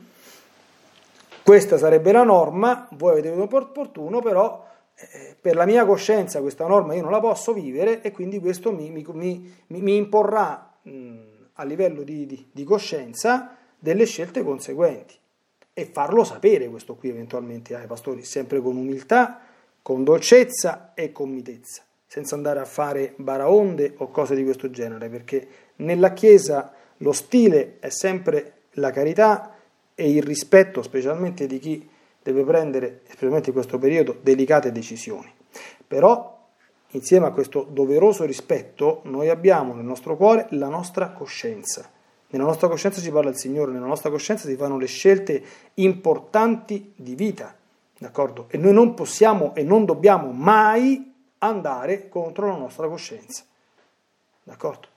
questa sarebbe la norma, voi avete veduto opportuno, però eh, per la mia coscienza questa norma io non la posso vivere, e quindi questo mi, mi, mi, mi imporrà mh, a livello di, di, di coscienza delle scelte conseguenti, e farlo sapere questo qui eventualmente ai pastori, sempre con umiltà, con dolcezza e con mitezza, senza andare a fare baraonde o cose di questo genere, perché nella Chiesa lo stile è sempre la carità e il rispetto, specialmente di chi deve prendere, specialmente in questo periodo, delicate decisioni. Però, insieme a questo doveroso rispetto, noi abbiamo nel nostro cuore la nostra coscienza. Nella nostra coscienza ci parla il Signore, nella nostra coscienza si fanno le scelte importanti di vita, d'accordo? E noi non possiamo e non dobbiamo mai andare contro la nostra coscienza, d'accordo?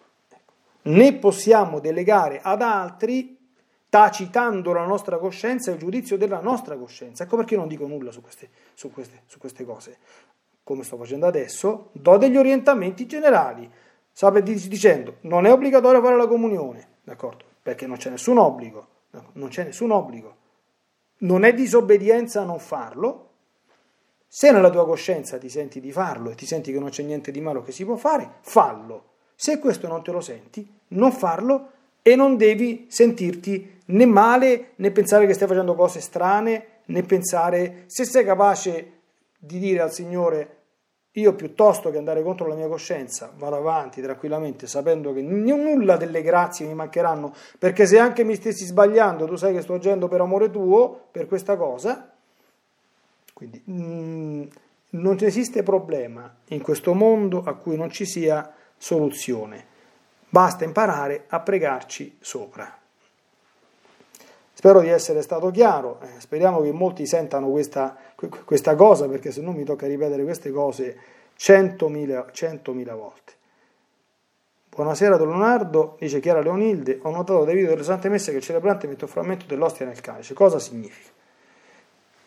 Né possiamo delegare ad altri, tacitando la nostra coscienza e il giudizio della nostra coscienza. Ecco perché non dico nulla su queste, su queste, su queste cose. Come sto facendo adesso, do degli orientamenti generali, sapete, dicendo: non è obbligatorio fare la comunione, d'accordo? Perché non c'è nessun obbligo, non c'è nessun obbligo. Non è disobbedienza non farlo. Se nella tua coscienza ti senti di farlo e ti senti che non c'è niente di malo che si può fare, fallo. Se questo non te lo senti, non farlo, e non devi sentirti né male, né pensare che stai facendo cose strane, né pensare, se sei capace di dire al Signore: io piuttosto che andare contro la mia coscienza vado avanti tranquillamente, sapendo che nulla delle grazie mi mancheranno, perché se anche mi stessi sbagliando tu sai che sto agendo per amore tuo, per questa cosa. Quindi mh, non esiste problema in questo mondo a cui non ci sia soluzione, basta imparare a pregarci sopra. Spero di essere stato chiaro, eh, speriamo che molti sentano questa, questa cosa, perché se no mi tocca ripetere queste cose centomila, centomila volte. Buonasera Don Leonardo, dice Chiara Leonilde: ho notato dai video delle Sante Messe che il celebrante mette un frammento dell'ostia nel calice, cosa significa?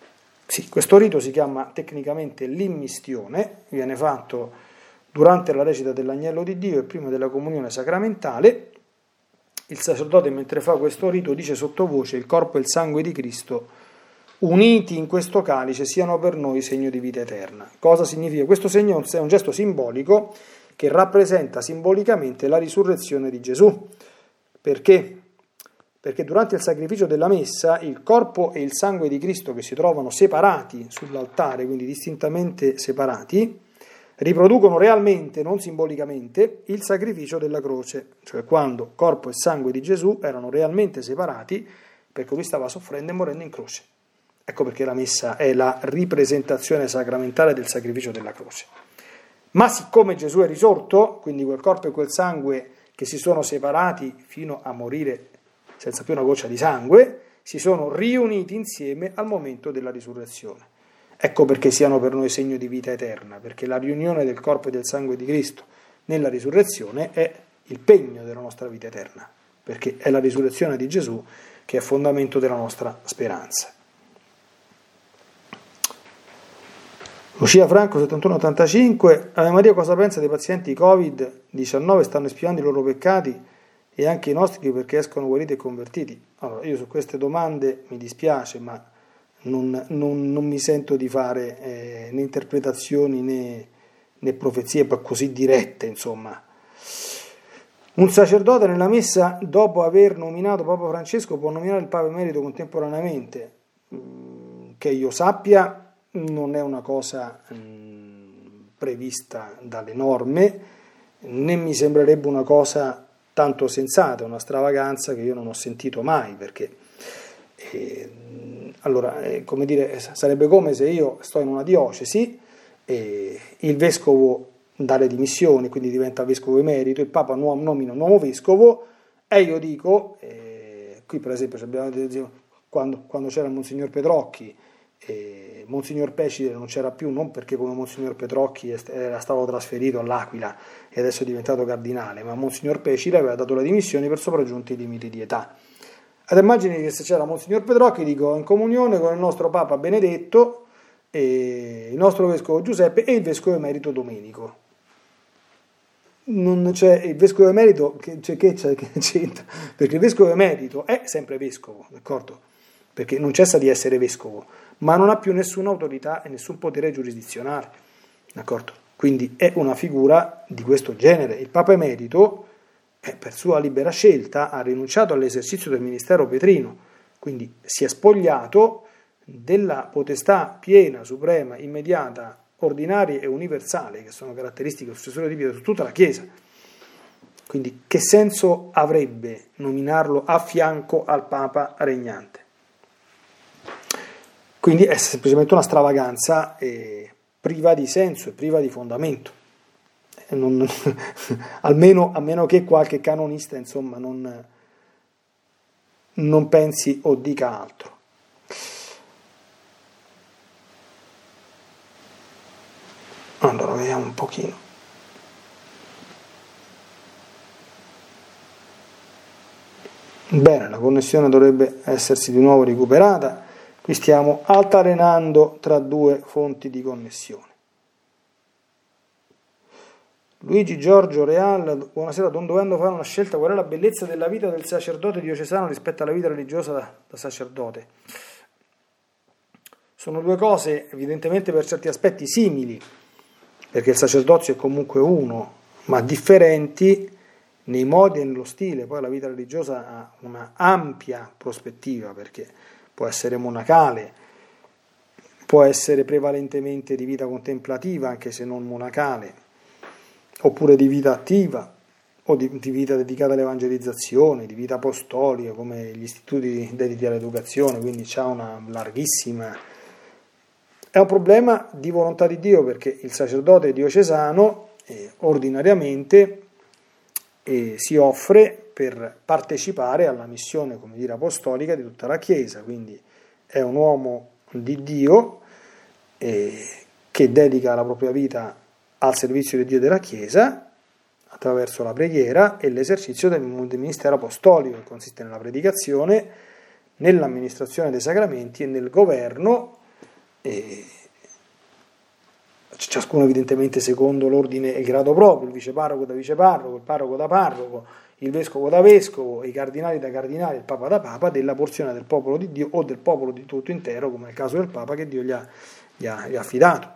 Sì, questo rito si chiama tecnicamente l'immistione, viene fatto durante la recita dell'Agnello di Dio e prima della comunione sacramentale. Il sacerdote, mentre fa questo rito, dice sottovoce: il corpo e il sangue di Cristo uniti in questo calice siano per noi segno di vita eterna. Cosa significa? Questo segno è un gesto simbolico che rappresenta simbolicamente la risurrezione di Gesù. Perché? Perché durante il sacrificio della messa il corpo e il sangue di Cristo, che si trovano separati sull'altare, quindi distintamente separati, riproducono realmente, non simbolicamente, il sacrificio della croce, cioè quando corpo e sangue di Gesù erano realmente separati perché lui stava soffrendo e morendo in croce. Ecco perché la messa è la ripresentazione sacramentale del sacrificio della croce. Ma siccome Gesù è risorto, quindi quel corpo e quel sangue che si sono separati fino a morire senza più una goccia di sangue, si sono riuniti insieme al momento della risurrezione. Ecco perché siano per noi segno di vita eterna, perché la riunione del corpo e del sangue di Cristo nella risurrezione è il pegno della nostra vita eterna, perché è la risurrezione di Gesù che è fondamento della nostra speranza. Lucia Franco settantuno ottantacinque: Ave Maria, cosa pensa dei pazienti covid diciannove? Stanno espiando i loro peccati e anche i nostri perché escono guariti e convertiti? Allora, io su queste domande mi dispiace, ma non, non, non mi sento di fare eh, né interpretazioni né, né profezie così dirette, insomma. Un sacerdote nella messa, dopo aver nominato Papa Francesco, può nominare il Papa Emerito contemporaneamente? Che io sappia, non è una cosa mh, prevista dalle norme, né mi sembrerebbe una cosa tanto sensata, una stravaganza che io non ho sentito mai, perché eh, allora, eh, come dire, sarebbe come se io sto in una diocesi e il vescovo dà le dimissioni, quindi diventa vescovo emerito, il Papa nomina un nuovo vescovo e io dico, eh, qui per esempio abbiamo, quando, quando c'era Monsignor Petrocchi, E Monsignor Pecide non c'era più, non perché come Monsignor Petrocchi era stato trasferito all'Aquila e adesso è diventato cardinale, ma Monsignor Pecide aveva dato le dimissioni per sopraggiunti i limiti di età. Ed immagini che se c'era Monsignor Petrocchi, dico, in comunione con il nostro Papa Benedetto, e il nostro Vescovo Giuseppe e il Vescovo Emerito Domenico. Non c'è il Vescovo Emerito, che, cioè, che, c'è, che c'entra? Perché il Vescovo Emerito è sempre Vescovo, d'accordo? Perché non cessa di essere Vescovo, ma non ha più nessuna autorità e nessun potere giurisdizionale, d'accordo? Quindi è una figura di questo genere. Il Papa Emerito, eh, per sua libera scelta, ha rinunciato all'esercizio del ministero petrino, quindi si è spogliato della potestà piena, suprema, immediata, ordinaria e universale, che sono caratteristiche del successore di Pietro su tutta la Chiesa. Quindi che senso avrebbe nominarlo a fianco al Papa regnante? Quindi è semplicemente una stravaganza eh, priva di senso e priva di fondamento. E non, almeno, a meno che qualche canonista, insomma, non, non pensi o dica altro. Allora, vediamo un pochino. Bene, la connessione dovrebbe essersi di nuovo recuperata. Qui stiamo altalenando tra due fonti di connessione. Luigi Giorgio Real, buonasera, non dovendo fare una scelta, qual è la bellezza della vita del sacerdote diocesano rispetto alla vita religiosa da, da sacerdote? Sono due cose evidentemente per certi aspetti simili, perché il sacerdozio è comunque uno, ma differenti nei modi e nello stile. Poi la vita religiosa ha una ampia prospettiva, perché può essere monacale, può essere prevalentemente di vita contemplativa, anche se non monacale, oppure di vita attiva, o di, di vita dedicata all'evangelizzazione, di vita apostolica, come gli istituti dediti all'educazione, quindi c'ha una larghissima... È un problema di volontà di Dio, perché il sacerdote diocesano eh, ordinariamente eh, si offre per partecipare alla missione, come dire, apostolica di tutta la Chiesa, quindi è un uomo di Dio eh, che dedica la propria vita al servizio di Dio e della Chiesa attraverso la preghiera e l'esercizio del ministero apostolico, che consiste nella predicazione, nell'amministrazione dei sacramenti e nel governo e ciascuno evidentemente secondo l'ordine e il grado proprio, il viceparroco da viceparroco, il parroco da parroco, il vescovo da vescovo, i cardinali da cardinali, il papa da papa, della porzione del popolo di Dio o del popolo di tutto intero, come nel caso del papa che Dio gli ha, gli ha, gli ha affidato.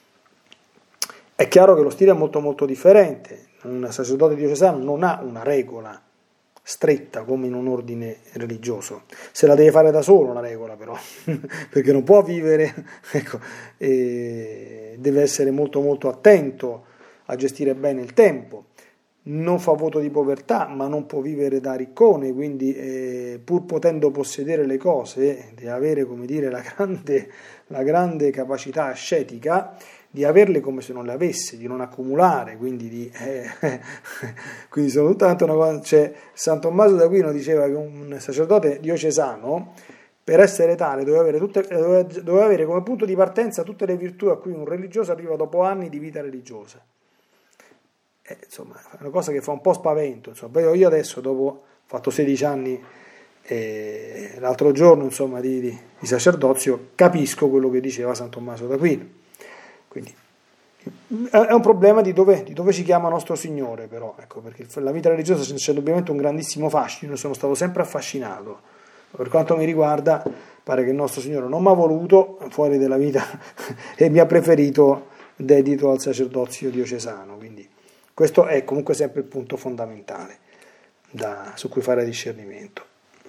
È chiaro che lo stile è molto molto differente, un sacerdote diocesano non ha una regola stretta come in un ordine religioso, se la deve fare da solo la regola però, perché non può vivere, ecco, e deve essere molto molto attento a gestire bene il tempo, non fa voto di povertà ma non può vivere da riccone, quindi eh, pur potendo possedere le cose deve avere, come dire, la grande, la grande capacità ascetica di averle come se non le avesse, di non accumulare, quindi di eh, quindi sono tutta una cosa. Cioè, San Tommaso d'Aquino diceva che un sacerdote diocesano per essere tale doveva avere, tutte, doveva avere come punto di partenza tutte le virtù a cui un religioso arriva dopo anni di vita religiosa. Eh, insomma, è una cosa che fa un po' spavento, insomma. Io adesso dopo ho fatto sedici anni eh, l'altro giorno insomma di, di, di sacerdozio, capisco quello che diceva San Tommaso d'Aquino. Quindi è un problema di dove, di dove ci chiama nostro Signore, però, ecco, perché la vita religiosa c'è indubbiamente un grandissimo fascino, sono stato sempre affascinato. Per quanto mi riguarda, pare che il nostro Signore non mi ha voluto fuori della vita e mi ha preferito dedito al sacerdozio diocesano. Quindi questo è comunque sempre il punto fondamentale da, su cui fare discernimento.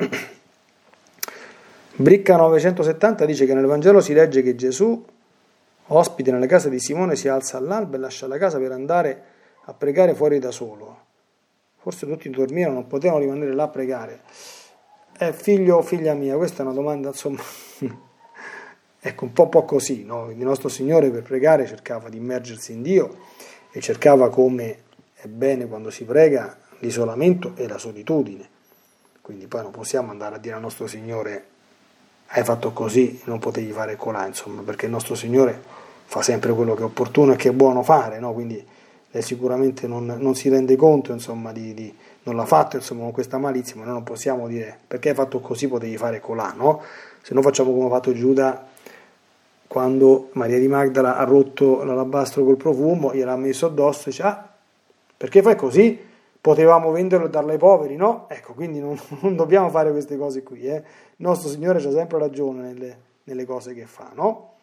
Bricca novecentosettanta dice che nel Vangelo si legge che Gesù, ospite nella casa di Simone, si alza all'alba e lascia la casa per andare a pregare fuori da solo. Forse tutti dormivano, non potevano rimanere là a pregare. Eh, figlio o figlia mia, questa è una domanda, insomma, ecco, un po', po' così, no? Il nostro Signore per pregare cercava di immergersi in Dio e cercava, come è bene quando si prega, l'isolamento e la solitudine. Quindi poi non possiamo andare a dire al nostro Signore: hai fatto così, non potevi fare colà, insomma, perché il nostro Signore fa sempre quello che è opportuno e che è buono fare, no? Quindi lei sicuramente non, non si rende conto, insomma, di, di non l'ha fatto, insomma, con questa malizia, ma noi non possiamo dire: perché hai fatto così, potevi fare colà, no? Se no facciamo come ha fatto Giuda quando Maria di Magdala ha rotto l'alabastro col profumo, gliel'ha messo addosso e dice: ah, perché fai così? Potevamo venderlo e darlo ai poveri, no? Ecco, quindi non, non dobbiamo fare queste cose qui, eh? Il nostro Signore c'ha sempre ragione nelle, nelle cose che fa, no?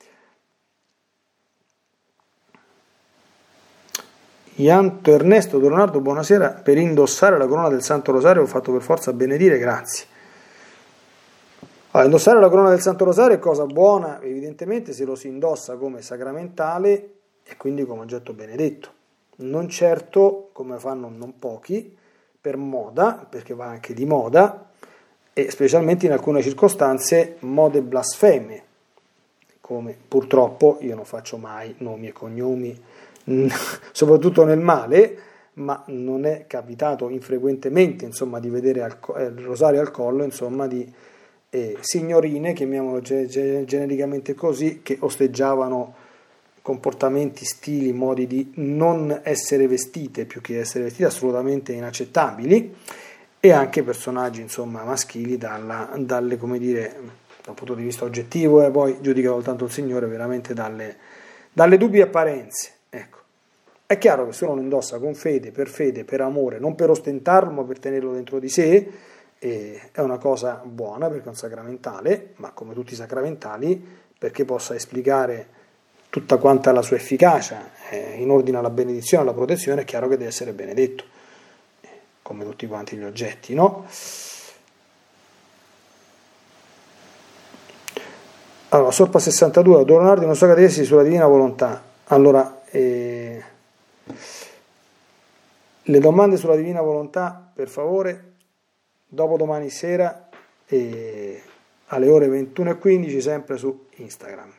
Ianto Ernesto Leonardo, buonasera. Per indossare la corona del Santo Rosario ho fatto per forza benedire, grazie. Allora, indossare la corona del Santo Rosario è cosa buona, evidentemente, se lo si indossa come sacramentale e quindi come oggetto benedetto. Non certo, come fanno non pochi, per moda, perché va anche di moda, e specialmente in alcune circostanze mode blasfeme, come purtroppo io non faccio mai nomi e cognomi, soprattutto nel male, ma non è capitato infrequentemente, insomma, di vedere al, il rosario al collo, insomma, di eh, signorine, chiamiamolo genericamente così, che osteggiavano comportamenti, stili, modi di non essere vestite più che essere vestite assolutamente inaccettabili, e anche personaggi, insomma, maschili dalla, dalle, come dire, dal punto di vista oggettivo, e poi giudica soltanto il Signore, veramente dalle, dalle dubbie apparenze. Ecco, è chiaro che se uno lo indossa con fede, per fede, per amore, non per ostentarlo ma per tenerlo dentro di sé, eh, è una cosa buona perché è un sacramentale, ma come tutti i sacramentali, perché possa esplicare tutta quanta la sua efficacia eh, in ordine alla benedizione, alla protezione, è chiaro che deve essere benedetto, eh, come tutti quanti gli oggetti, no? Allora, Sorpa sessantadue, Leonardo, non so catesi sulla divina volontà. Allora, eh, le domande sulla divina volontà, per favore, dopo domani sera eh, alle ore ventuno e quindici, sempre su Instagram.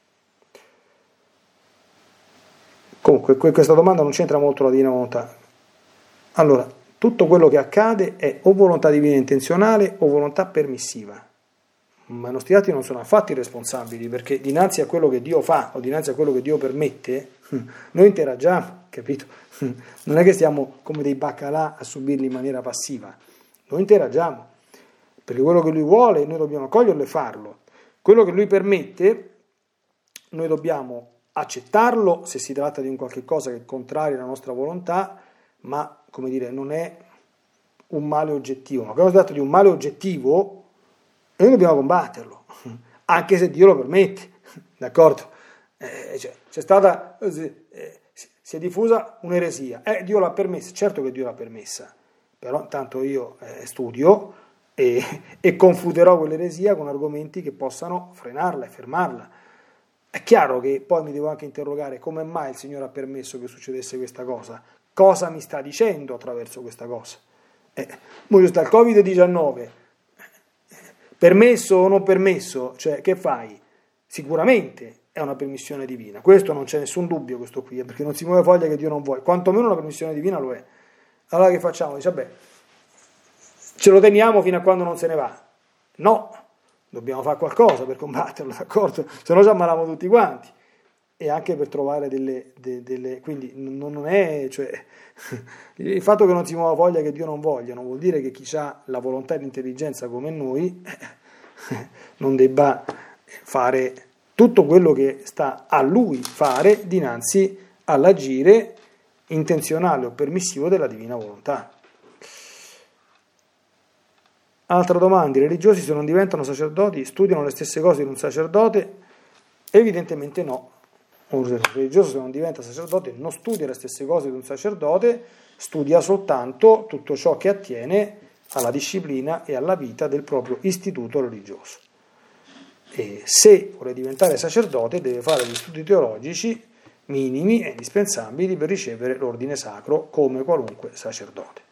Comunque, questa domanda non c'entra molto la divina volontà. Allora, tutto quello che accade è o volontà divina intenzionale o volontà permissiva. Ma i nostri atti non sono affatto responsabili, perché dinanzi a quello che Dio fa o dinanzi a quello che Dio permette, noi interagiamo, capito? Non è che stiamo come dei baccalà a subirli in maniera passiva, noi interagiamo, perché quello che Lui vuole noi dobbiamo accoglierlo e farlo. Quello che Lui permette noi dobbiamo accettarlo se si tratta di un qualche cosa che è contrario alla nostra volontà, ma, come dire, non è un male oggettivo. Ma quando si tratta di un male oggettivo, noi dobbiamo combatterlo, anche se Dio lo permette, d'accordo? Eh, cioè, c'è stata, eh, si è diffusa un'eresia, eh, Dio l'ha permessa, certo che Dio l'ha permessa, però intanto io eh, studio e, e confuterò quell'eresia con argomenti che possano frenarla e fermarla. È chiaro che poi mi devo anche interrogare come mai il Signore ha permesso che succedesse questa cosa, cosa mi sta dicendo attraverso questa cosa. Eh, poi sta il covid diciannove, permesso o non permesso, cioè che fai? Sicuramente è una permissione divina, questo non c'è nessun dubbio, questo qui, perché non si muove foglia che Dio non vuole, quantomeno una permissione divina lo è. Allora che facciamo? Dice, vabbè, ce lo teniamo fino a quando non se ne va? No, dobbiamo fare qualcosa per combatterlo, d'accordo? Se no ci ammaliamo tutti quanti. E anche per trovare delle... De, delle quindi non, non è... Cioè, il fatto che non si muova foglia che Dio non voglia non vuol dire che chi ha la volontà e l'intelligenza come noi non debba fare tutto quello che sta a lui fare dinanzi all'agire intenzionale o permissivo della divina volontà. Altra domanda: i religiosi, se non diventano sacerdoti, studiano le stesse cose di un sacerdote? Evidentemente no. Un religioso, se non diventa sacerdote, non studia le stesse cose di un sacerdote, studia soltanto tutto ciò che attiene alla disciplina e alla vita del proprio istituto religioso. E se vuole diventare sacerdote deve fare gli studi teologici minimi e indispensabili per ricevere l'ordine sacro come qualunque sacerdote.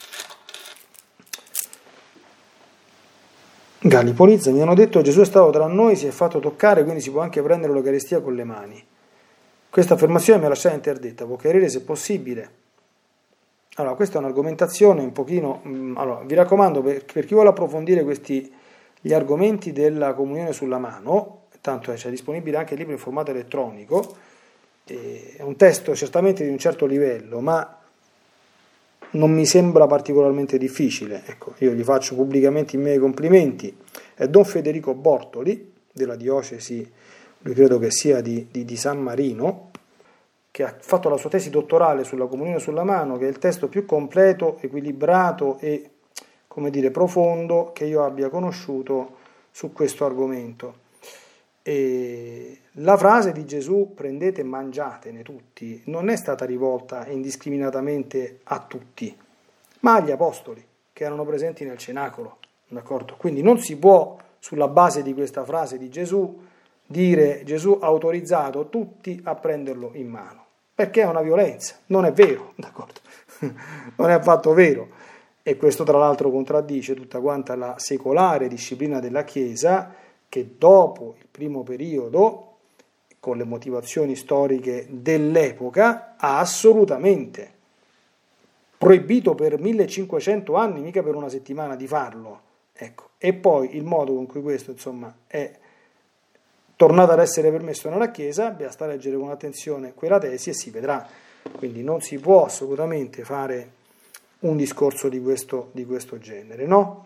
Galipolizza: mi hanno detto Gesù è stato tra noi, si è fatto toccare, quindi si può anche prendere l'Eucaristia con le mani. Questa affermazione mi ha lasciato interdetta, può chiarire se è possibile? Allora, questa è un'argomentazione un pochino... Allora, vi raccomando, per, per chi vuole approfondire questi gli argomenti della comunione sulla mano, tanto c'è disponibile anche il libro in formato elettronico, è un testo certamente di un certo livello, ma non mi sembra particolarmente difficile. Ecco, io gli faccio pubblicamente i miei complimenti. È Don Federico Bortoli, della diocesi, lui credo che sia di, di, di San Marino, che ha fatto la sua tesi dottorale sulla comunione sulla mano, che è il testo più completo, equilibrato e, come dire, profondo che io abbia conosciuto su questo argomento. E la frase di Gesù prendete e mangiatene tutti non è stata rivolta indiscriminatamente a tutti, ma agli apostoli che erano presenti nel cenacolo, d'accordo? Quindi non si può, sulla base di questa frase di Gesù, dire Gesù ha autorizzato tutti a prenderlo in mano, perché è una violenza, non è vero, d'accordo? Non è affatto vero. E questo tra l'altro contraddice tutta quanta la secolare disciplina della Chiesa, che dopo il primo periodo, con le motivazioni storiche dell'epoca, ha assolutamente proibito per millecinquecento anni, mica per una settimana, di farlo. Ecco. E poi il modo con cui questo, insomma, è tornato ad essere permesso nella Chiesa, basta leggere con attenzione quella tesi e si vedrà. Quindi non si può assolutamente fare un discorso di questo, di questo genere, no?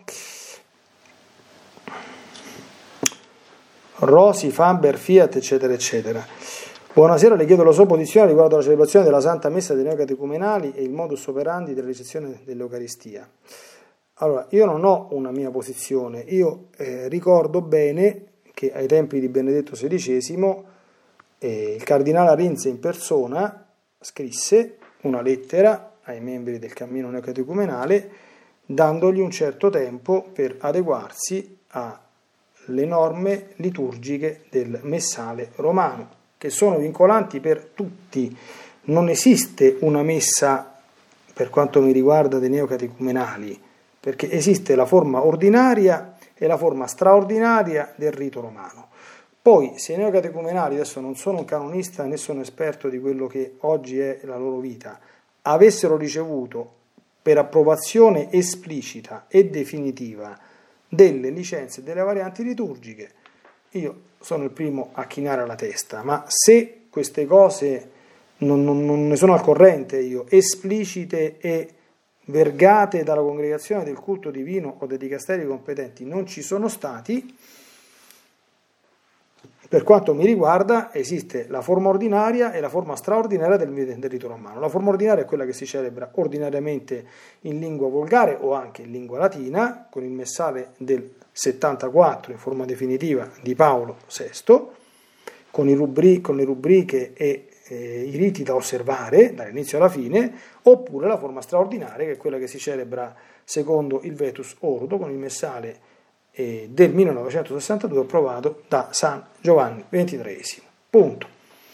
Rosi, Faber, Fiat, eccetera, eccetera. Buonasera, le chiedo la sua posizione riguardo alla celebrazione della Santa Messa dei neocatecumenali e il modus operandi della ricezione dell'Eucaristia. Allora, io non ho una mia posizione, io eh, ricordo bene che ai tempi di Benedetto sedicesimo eh, il cardinale Arinze in persona scrisse una lettera ai membri del cammino neocatecumenale dandogli un certo tempo per adeguarsi alle norme liturgiche del messale romano, che sono vincolanti per tutti. Non esiste una messa, per quanto mi riguarda, dei neocatecumenali, perché esiste la forma ordinaria e la forma straordinaria del rito romano. Poi, se i neocatecumenali, adesso non sono un canonista né sono esperto di quello che oggi è la loro vita, avessero ricevuto per approvazione esplicita e definitiva delle licenze e delle varianti liturgiche, io sono il primo a chinare la testa, ma se queste cose non, non, non ne sono al corrente io, esplicite e vergate dalla congregazione del culto divino o dei dicasteri competenti non ci sono stati, Per quanto mi riguarda esiste la forma ordinaria e la forma straordinaria del, del rito romano. La forma ordinaria è quella che si celebra ordinariamente in lingua volgare o anche in lingua latina, con il messale del settantaquattro in forma definitiva di Paolo sesto, con, i rubri, con le rubriche e eh, i riti da osservare dall'inizio alla fine, oppure la forma straordinaria che è quella che si celebra secondo il Vetus Ordo con il messale del millenovecentosessantadue approvato da San Giovanni ventitreesimo. Punto.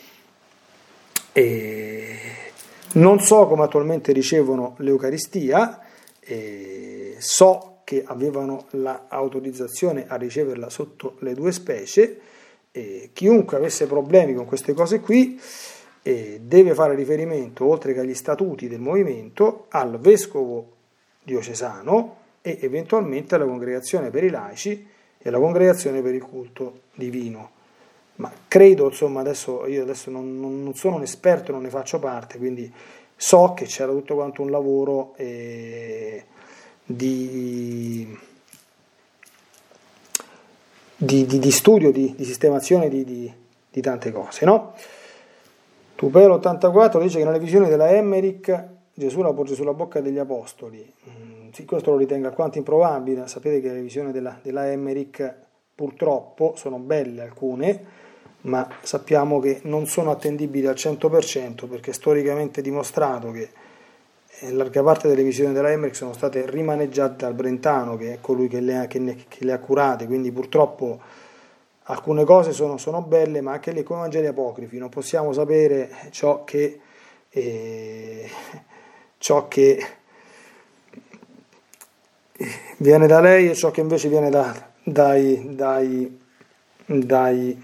E non so come attualmente ricevono l'Eucaristia, e so che avevano l'autorizzazione a riceverla sotto le due specie, e chiunque avesse problemi con queste cose qui e deve fare riferimento, oltre che agli statuti del movimento, al vescovo diocesano e eventualmente alla congregazione per i laici e alla congregazione per il culto divino. Ma credo, insomma, adesso io adesso non, non sono un esperto, non ne faccio parte, quindi so che c'era tutto quanto un lavoro eh, di, di, di, di studio, di, di sistemazione di, di, di tante cose, no? Tupelo ottantaquattro dice che nelle visioni della Emmerich Gesù la porge sulla bocca degli apostoli. Sì, questo lo ritengo alquanto improbabile. Sapete che le visioni della, della Emmerich purtroppo sono belle alcune, ma sappiamo che non sono attendibili al cento per cento, perché è storicamente dimostrato che in larga parte delle visioni della Emmerich sono state rimaneggiate dal Brentano, che è colui che le ha, che ne, che le ha curate, quindi purtroppo alcune cose sono, sono belle, ma anche lì come Vangeli apocrifi non possiamo sapere ciò che eh, ciò che viene da lei e ciò che invece viene da, dai, dai, dai,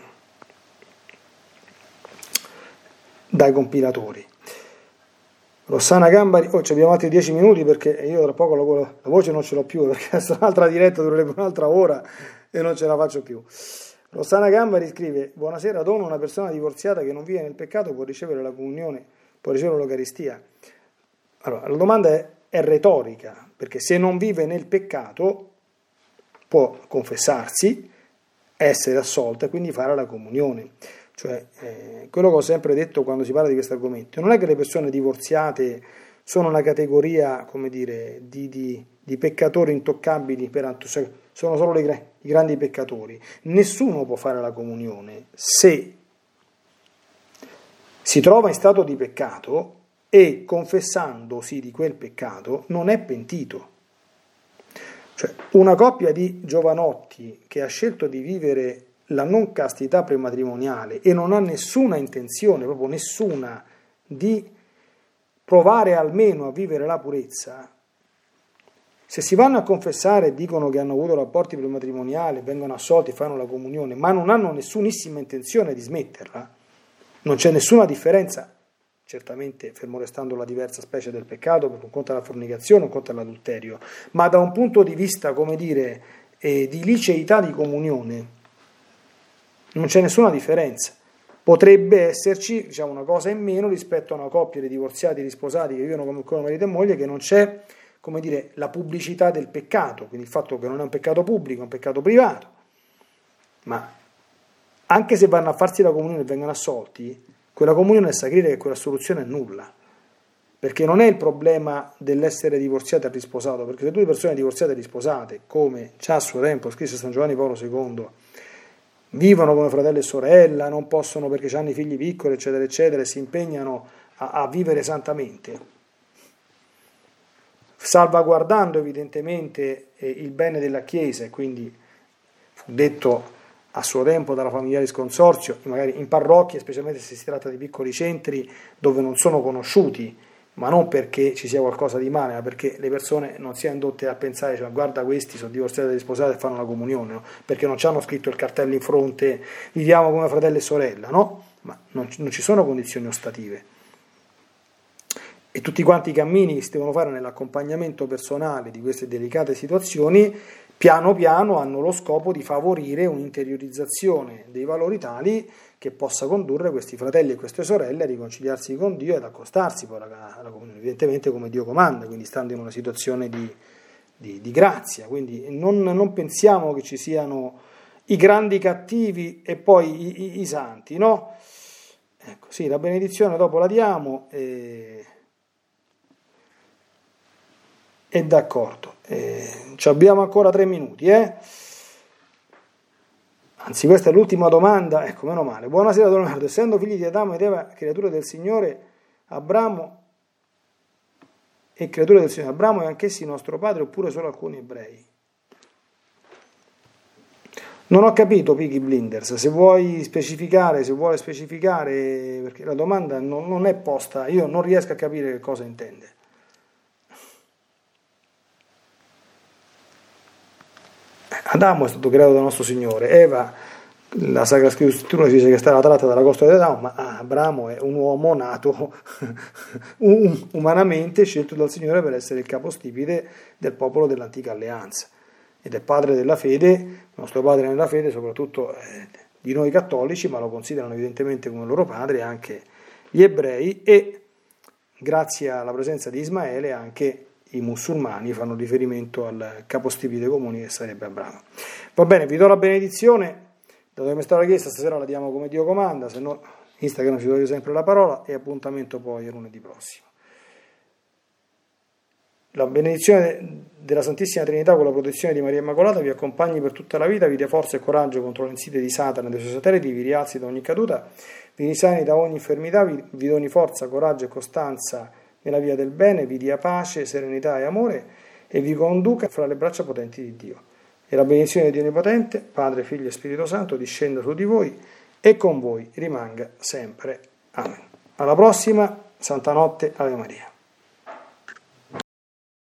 dai compilatori. Rossana Gambari, oh, ci abbiamo altri dieci minuti perché io tra poco la, la voce non ce l'ho più, perché adesso un'altra diretta durerebbe un'altra ora e non ce la faccio più. Rossana Gambari scrive: buonasera, Dono, una persona divorziata che non vive nel peccato può ricevere la comunione, può ricevere l'Eucaristia? Allora, la domanda è, è retorica, perché se non vive nel peccato può confessarsi, essere assolta e quindi fare la comunione. Cioè, eh, quello che ho sempre detto quando si parla di questo argomento, non è che le persone divorziate sono una categoria, come dire, di, di, di peccatori intoccabili, peraltro, cioè, sono solo i, i grandi peccatori. Nessuno può fare la comunione se si trova in stato di peccato e confessandosi di quel peccato non è pentito. Cioè, una coppia di giovanotti che ha scelto di vivere la non castità prematrimoniale e non ha nessuna intenzione, proprio nessuna, di provare almeno a vivere la purezza, se si vanno a confessare e dicono che hanno avuto rapporti prematrimoniali, vengono assolti, fanno la comunione, ma non hanno nessunissima intenzione di smetterla, non c'è nessuna differenza, certamente fermo restando la diversa specie del peccato, perché un conto è la fornicazione, un conto è l'adulterio, ma da un punto di vista, come dire, eh, di liceità di comunione, non c'è nessuna differenza. Potrebbe esserci, diciamo, una cosa in meno rispetto a una coppia di divorziati e risposati che vivono come, come marito e moglie, che non c'è, come dire, la pubblicità del peccato, quindi il fatto che non è un peccato pubblico, è un peccato privato. Ma anche se vanno a farsi la comunione e vengono assolti, quella comunione è sacrilega e quell'assoluzione è nulla. Perché non è il problema dell'essere divorziato e risposato, perché se due persone divorziate e risposate, come già a suo tempo scrisse San Giovanni Paolo secondo, vivono come fratello e sorella, non possono perché hanno i figli piccoli, eccetera, eccetera, e si impegnano a, a vivere santamente, salvaguardando evidentemente eh, il bene della Chiesa, e quindi fu detto a suo tempo dalla Familiaris Consorzio, magari in parrocchie, specialmente se si tratta di piccoli centri dove non sono conosciuti, ma non perché ci sia qualcosa di male, ma perché le persone non siano indotte a pensare, cioè, guarda, questi sono divorziati e risposati e fanno la comunione, no? Perché non ci hanno scritto il cartello in fronte, viviamo come fratello e sorella, no? Ma non, non ci sono condizioni ostative. E tutti quanti i cammini che si devono fare nell'accompagnamento personale di queste delicate situazioni, piano piano hanno lo scopo di favorire un'interiorizzazione dei valori tali che possa condurre questi fratelli e queste sorelle a riconciliarsi con Dio ed accostarsi poi alla, alla comunione, evidentemente come Dio comanda, quindi stando in una situazione di, di, di grazia. Quindi non, non pensiamo che ci siano i grandi cattivi e poi i, i, i santi, no? Ecco, sì, la benedizione dopo la diamo e, e d'accordo. E, ci abbiamo ancora tre minuti, eh? Anzi, questa è l'ultima domanda, ecco, meno male. Buonasera, Don Leonardo. Essendo figli di Adamo ed Eva, creature del Signore, Abramo e creature del Signore, Abramo è anch'essi nostro padre oppure solo alcuni ebrei? Non ho capito, Piggy Blinders, se vuoi specificare, se vuole specificare, perché la domanda non, non è posta, io non riesco a capire che cosa intende. Adamo è stato creato dal nostro Signore, Eva, la Sacra Scrittura dice che è stata tratta dalla costola di Adamo, ma Abramo è un uomo nato um, umanamente scelto dal Signore per essere il capostipite del popolo dell'antica alleanza. Ed è padre della fede, nostro padre nella fede, soprattutto eh, di noi cattolici, ma lo considerano evidentemente come loro padre anche gli ebrei e grazie alla presenza di Ismaele anche i musulmani fanno riferimento al capostipite comune che sarebbe Abramo. Va bene, vi do la benedizione, da dove mi è stata chiesta, stasera la diamo come Dio comanda, se no Instagram ci do io sempre la parola e appuntamento poi a lunedì prossimo. La benedizione della Santissima Trinità con la protezione di Maria Immacolata vi accompagni per tutta la vita, vi dia forza e coraggio contro le insidie di Satana e dei suoi satelliti, vi rialzi da ogni caduta, vi risani da ogni infermità, vi, vi doni forza, coraggio e costanza nella via del bene, vi dia pace, serenità e amore e vi conduca fra le braccia potenti di Dio. E la benedizione di Dio Onnipotente, Padre, Figlio e Spirito Santo, discenda su di voi e con voi rimanga sempre. Amen. Alla prossima, Santa Notte, Ave Maria.